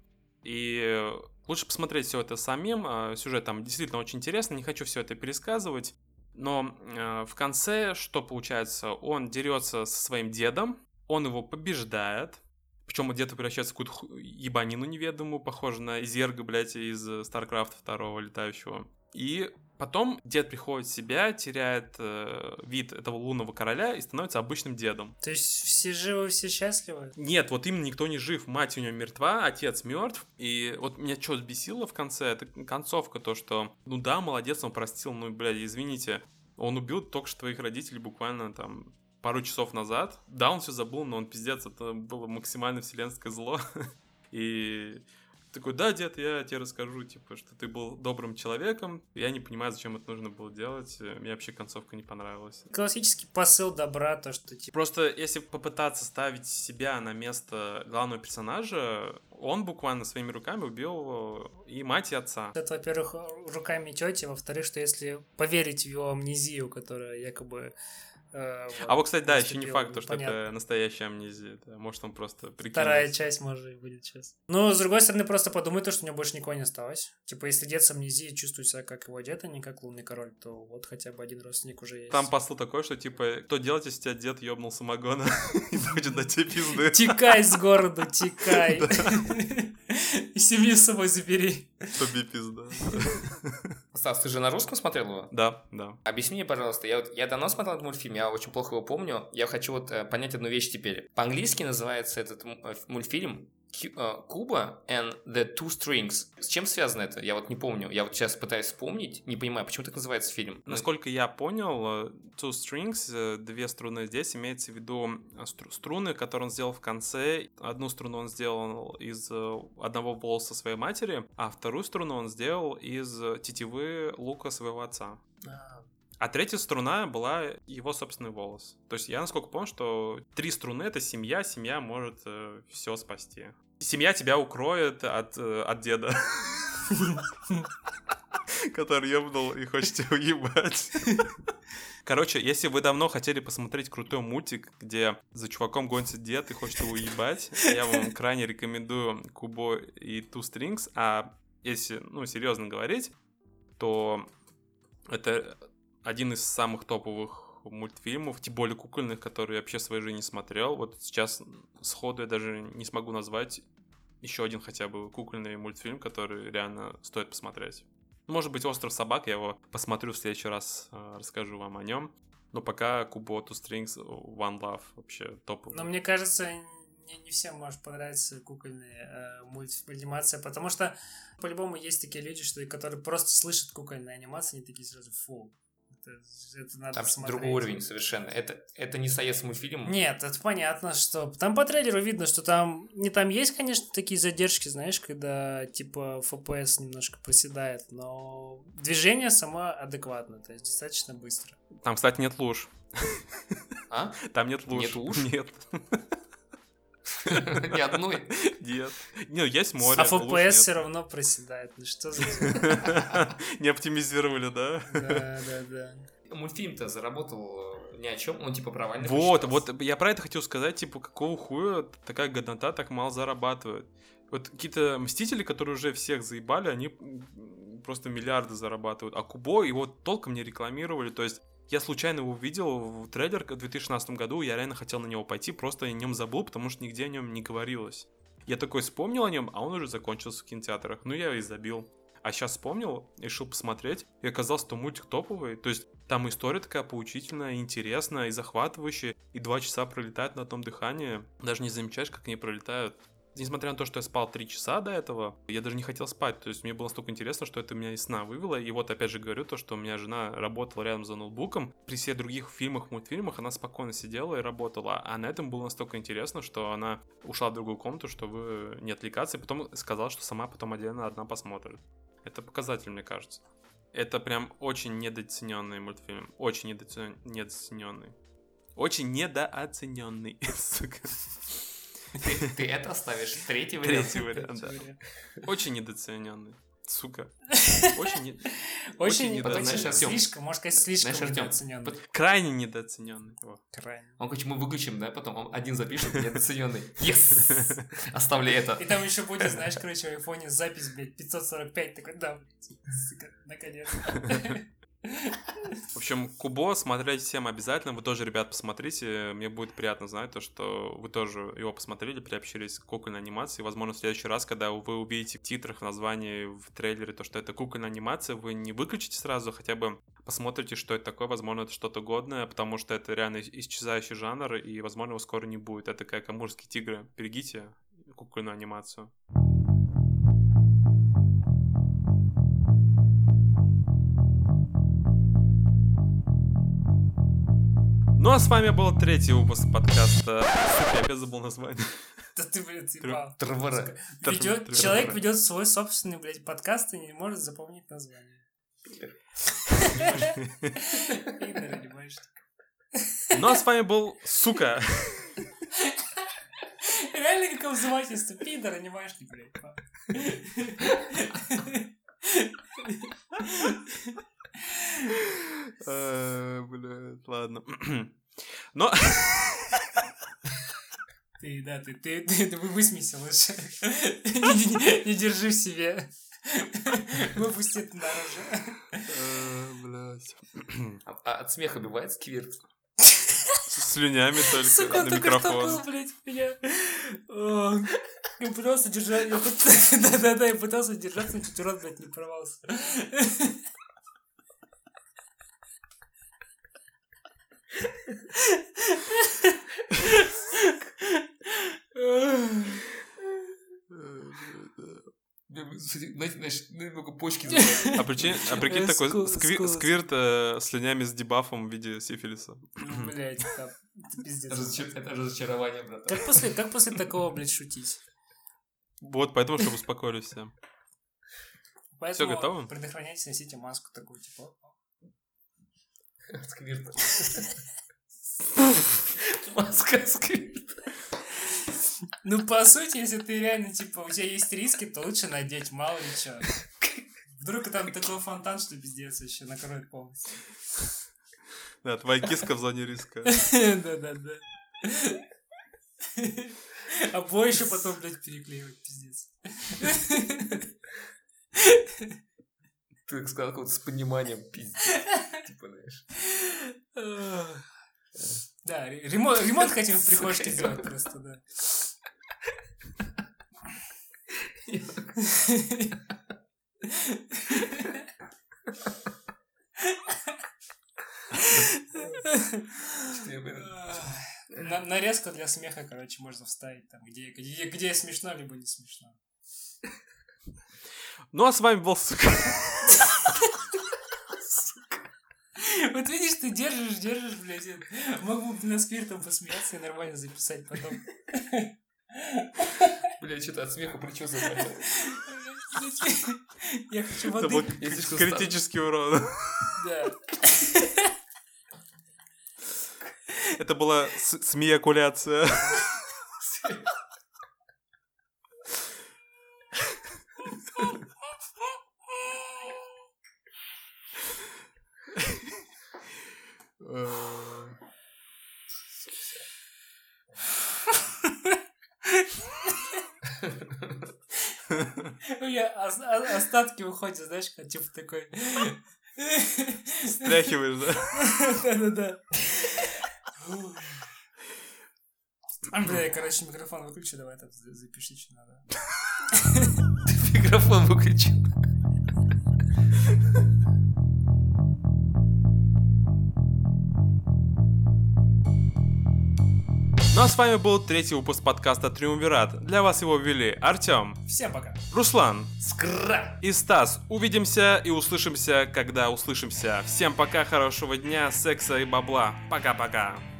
S1: И лучше посмотреть все это самим, сюжет там действительно очень интересный, не хочу все это пересказывать, но в конце что получается? Он дерется со своим дедом, он его побеждает, причем дед превращается в какую-то ебанину неведомую, похожую на Зерга, блядь, из StarCraft 2 летающего. И потом дед приходит в себя, теряет вид этого лунного короля и становится обычным дедом.
S3: То есть все живы, все счастливы?
S1: Нет, вот именно никто не жив. Мать у него мертва, отец мертв. И вот меня что взбесило в конце, это концовка, то, что, ну да, молодец, он простил, ну, блядь, извините, он убил только что твоих родителей буквально там пару часов назад. Да, он все забыл, но он пиздец, это было максимально вселенское зло. И такой, да, дед, я тебе расскажу, типа, что ты был добрым человеком. Я не понимаю, зачем это нужно было делать. Мне вообще концовка не понравилась.
S3: Классический посыл добра, то, что типа...
S1: Просто если попытаться ставить себя на место главного персонажа, он буквально своими руками убил и мать, и отца.
S3: Это, во-первых, руками тети, во-вторых, что если поверить в его амнезию, которая якобы...
S1: А вот, кстати, да, еще не факт, что
S3: понятно.
S1: это настоящая амнезия. Да. Может, он просто прикинулся.
S3: Вторая часть, может, и будет сейчас. Ну, с другой стороны, просто подумай то, что у него больше никого не осталось. Типа, если дед с амнезией чувствует себя как его дед, а не как лунный король, то вот хотя бы один родственник уже есть.
S1: Там посыл такой, что, типа, что делать, если тебя дед ёбнул самогона и хочет дать тебе пизды?
S3: Текай с города, текай. И семью с собой забери.
S1: Тоби пизда.
S2: Стас, ты же на русском смотрел его?
S1: Да, да.
S2: Объясни мне, пожалуйста, я давно смотрел этот мультфильм, я очень плохо его помню. Я хочу вот понять одну вещь теперь. По-английски называется этот мультфильм Куба and the Two Strings. С чем связано это? Я вот не помню. Я вот сейчас пытаюсь вспомнить, не понимаю, почему так называется фильм.
S1: Насколько я понял, Two Strings, две струны здесь, имеется в виду струны, которые он сделал в конце. Одну струну он сделал из одного волоса своей матери, а вторую струну он сделал из тетивы лука своего отца. А третья струна была его собственный волос. То есть я насколько помню, что 3 струны — это семья, семья может все спасти. Семья тебя укроет от деда, который ебнул и хочет тебя уебать. Короче, если вы давно хотели посмотреть крутой мультик, где за чуваком гонится дед и хочет его уебать, я вам крайне рекомендую Кубо и Two Strings. А если, серьезно говорить, то это один из самых топовых мультфильмов, тем более кукольных, которые я вообще в своей жизни смотрел. Вот сейчас сходу я даже не смогу назвать еще один хотя бы кукольный мультфильм, который реально стоит посмотреть. Может быть, «Остров собак», я его посмотрю в следующий раз, расскажу вам о нем. Но пока Kubo, Two Strings, One Love вообще топовый.
S3: Но мне кажется, не всем может понравиться кукольная анимация, потому что по-любому есть такие люди, которые просто слышат кукольную анимацию, они такие сразу фу. Это надо
S2: там
S3: смотреть.
S2: Другой уровень совершенно. Это не советский мультфильм.
S3: Нет, это понятно, что... Там по трейлеру видно, что там есть, конечно, такие задержки, знаешь, когда, типа, FPS немножко проседает, но движение само адекватно, то есть достаточно быстро.
S1: Там, кстати, нет луж.
S2: А?
S1: Там нет луж.
S2: Нет луж?
S1: Нет.
S2: Ни одной?
S1: Нет. Есть море.
S3: А FPS все равно проседает. Ну что за...
S1: Не оптимизировали, да?
S3: Да.
S2: Мультфильм-то заработал ни о чем, он типа провальный.
S1: Вот, я про это хотел сказать, типа, какого хуя такая годнота так мало зарабатывает. Вот какие-то Мстители, которые уже всех заебали, они просто миллиарды зарабатывают. А Кубо его толком не рекламировали, то есть я случайно его увидел в трейлер в 2016 году, я реально хотел на него пойти, просто о нем забыл, потому что нигде о нем не говорилось. Я такой вспомнил о нем, а он уже закончился в кинотеатрах. Ну, я и забил. А сейчас вспомнил, решил посмотреть, и оказалось, что мультик топовый. То есть там история такая поучительная, интересная и захватывающая, и 2 часа пролетают на одном дыхании. Даже не замечаешь, как они пролетают. Несмотря на то, что я спал 3 часа до этого, я даже не хотел спать. То есть мне было настолько интересно, что это меня из сна вывело. И вот опять же говорю то, что у меня жена работала рядом за ноутбуком. При всех других фильмах, мультфильмах она спокойно сидела и работала. А на этом было настолько интересно, что она ушла в другую комнату, чтобы не отвлекаться. И потом сказала, что сама потом отдельно одна посмотрит. Это показатель, мне кажется. Это прям очень недооцененный мультфильм. Очень недооцененный. Очень недооцененный. Сука.
S2: Ты это оставишь? Третий вариант?
S1: Третий вариант, да. Очень недооцененный. Сука.
S3: Очень
S2: недооцененный.
S3: слишком, можно сказать, слишком
S2: Знаешь, Артём,
S3: недооцененный.
S1: Крайне недооцененный.
S3: Крайне.
S2: Он, короче, мы выключим, да, потом он один запишет, недооцененный. Yes! Оставлю это.
S3: И там еще будет, знаешь, короче, в айфоне запись, блядь, 545, такой, да, сука, наконец.
S1: В общем, Кубо смотреть всем обязательно. Вы тоже, ребят, посмотрите. Мне будет приятно знать то, что вы тоже его посмотрели, приобщились к кукольной анимации. Возможно, в следующий раз, когда вы увидите в титрах, в названии, в трейлере то, что это кукольная анимация, вы не выключите сразу, хотя бы посмотрите, что это такое. Возможно, это что-то годное, потому что это реально исчезающий жанр, и, возможно, его скоро не будет. Это как «Амурские тигры». Берегите кукольную анимацию. Ну а с вами был 3-й выпуск подкаста. Сука, я опять забыл название.
S3: Да ты, блядь, ебал.
S2: Человек
S3: ведет свой собственный, блядь, подкаст и не может запомнить название.
S1: Ну а с вами был, сука.
S3: Реально как обзывательство. Пидор, анимашник, блядь.
S1: Блядь, ладно. Но...
S3: Ты высмейся лучше. Не держи в себе. Выпусти это наружу.
S1: Блядь.
S2: А от смеха бывает сквирт?
S1: Слюнями только
S3: Сука,
S1: на
S3: только что
S1: микрофон.
S3: был, блядь, меня. Я пытался держать... Да-да-да, я пытался держаться, но чуть рот, блядь, не порвался.
S2: Знаешь, немного почки
S1: А прикинь такой
S3: Сквозь.
S1: сквирт слюнями с дебафом в виде сифилиса.
S3: Ну, блядь, это пиздец.
S2: Это разочарование, братан.
S3: Как после такого, блядь, шутить?
S1: Вот, поэтому, чтобы успокоились все.
S3: Поэтому
S1: готово?
S3: предохраняйтесь, носите маску такую, типа...
S2: Сквирт. Маска сквирт.
S3: Ну, по сути, если ты реально, типа, у тебя есть риски, то лучше надеть, мало ли что. Вдруг там такой фонтан, что пиздец вообще накроет полностью.
S1: Да, твоя киска в зоне риска.
S3: Да-да-да. Обои еще потом, блядь, переклеивать, пиздец.
S2: Ты как сказал, как с пониманием, пиздец. Типа, знаешь.
S3: Да, ремонт хотим в прихожке сделать просто, да. Нарезку для смеха, короче, можно вставить там, где смешно, либо не смешно.
S1: Ну, а с вами был, сука.
S3: Вот видишь, ты держишь, блядь. Мог бы на сквиртом посмеяться и нормально записать потом.
S2: Бля, что-то от смеха причесывается.
S3: Я хочу
S1: Это
S3: воды.
S1: был критический урон.
S3: Да.
S1: Это была смеякуляция.
S3: У меня остатки выходят, знаешь, как типа такой.
S1: Стряхиваешь, да?
S3: Да-да-да. Бля, короче, микрофон выключи, давай там запиши, что надо.
S2: Микрофон выключил.
S1: Ну а с вами был третий выпуск подкаста Триумвират. Для вас его ввели Артем,
S3: Всем пока.
S1: Руслан
S2: Скра!
S1: и Стас. Увидимся и услышимся, когда услышимся. Всем пока, хорошего дня, секса и бабла. Пока-пока.